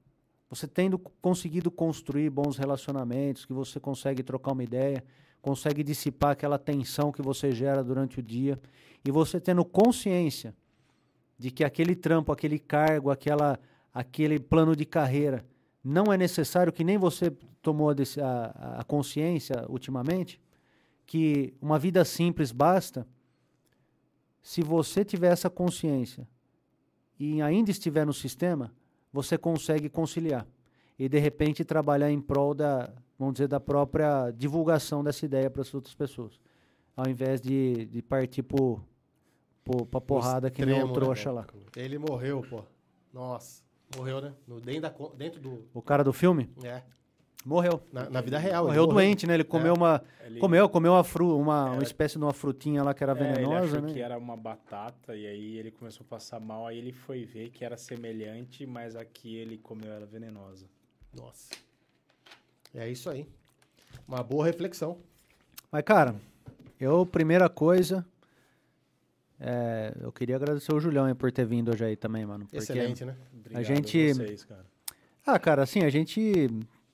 você tendo conseguido construir bons relacionamentos, que você consegue trocar uma ideia, consegue dissipar aquela tensão que você gera durante o dia, e você tendo consciência de que aquele trampo, aquele cargo, aquela, aquele plano de carreira não é necessário, que nem você tomou a, a, a consciência ultimamente, que uma vida simples basta. Se você tiver essa consciência e ainda estiver no sistema, você consegue conciliar e, de repente, trabalhar em prol da, vamos dizer, da própria divulgação dessa ideia para as outras pessoas, ao invés de, de partir para a porrada que nem o trouxa, né, lá. Ele morreu, pô. Nossa, morreu, né? No, dentro, da, dentro do... O cara do filme? É. Morreu. Na, na vida real. Morreu doente, né? Ele comeu é. uma... Ele... Comeu, comeu uma, fru, uma, era... uma espécie de uma frutinha lá que era é, venenosa, ele achou né? que era uma batata e aí ele começou a passar mal. Aí ele foi ver que era semelhante, mas a que ele comeu era venenosa. Nossa. É isso aí. Uma boa reflexão. Mas, cara, eu, primeira coisa... É, eu queria agradecer o Julião aí por ter vindo hoje aí também, mano. Excelente, né? Obrigado a gente... a vocês, cara. Ah, cara, assim, a gente...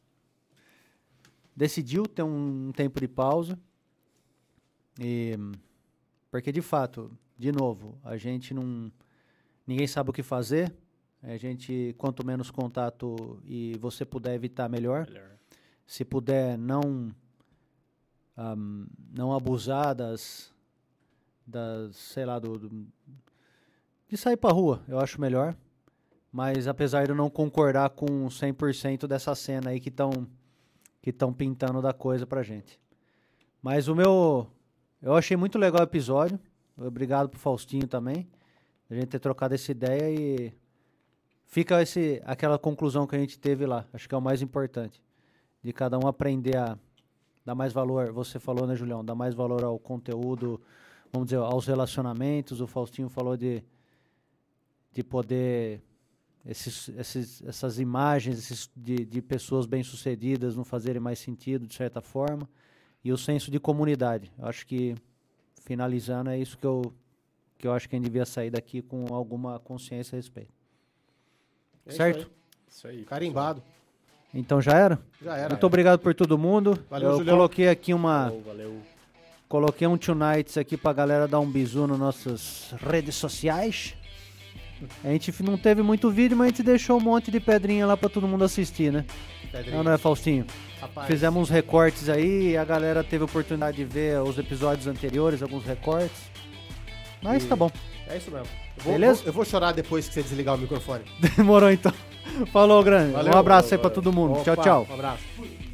decidiu ter um tempo de pausa, e, porque de fato, de novo, a gente não, ninguém sabe o que fazer, a gente, quanto menos contato e você puder evitar, melhor. melhor. Se puder não, um, não abusar das, das sei lá, do, do, de sair pra rua, eu acho melhor, mas apesar de eu não concordar com cem por cento dessa cena aí que estão que estão pintando da coisa pra gente. Mas o meu... Eu achei muito legal o episódio. Obrigado pro Faustinho também. A gente ter trocado essa ideia e... Fica esse, aquela conclusão que a gente teve lá. Acho que é o mais importante. De cada um aprender a dar mais valor. Você falou, né, Julião? Dar mais valor ao conteúdo, vamos dizer, aos relacionamentos. O Faustinho falou de, de poder... Esses, esses, essas imagens esses de, de pessoas bem-sucedidas não fazerem mais sentido, de certa forma, e o senso de comunidade. Eu acho que, finalizando, é isso que eu, que eu acho que a gente devia sair daqui com alguma consciência a respeito. É certo? Isso aí. Isso aí. Carimbado. Então já era? Já era. Muito obrigado por todo mundo. Valeu, eu Julião. coloquei aqui uma... Valeu, valeu. Coloquei um Tonights aqui pra galera dar um bisu nas nossas redes sociais. A gente não teve muito vídeo, mas a gente deixou um monte de pedrinha lá pra todo mundo assistir, né? Pedrinha. Não, não é, Faustinho? Rapaz. Fizemos uns recortes aí e a galera teve a oportunidade de ver os episódios anteriores, alguns recortes. Mas E- tá bom. É isso mesmo. Eu vou, Beleza? vou- eu vou chorar depois que você desligar o microfone. Demorou então. Falou, grande. Valeu. Um abraço aí Valeu, pra todo mundo. Opa, Tchau, tchau. Um abraço.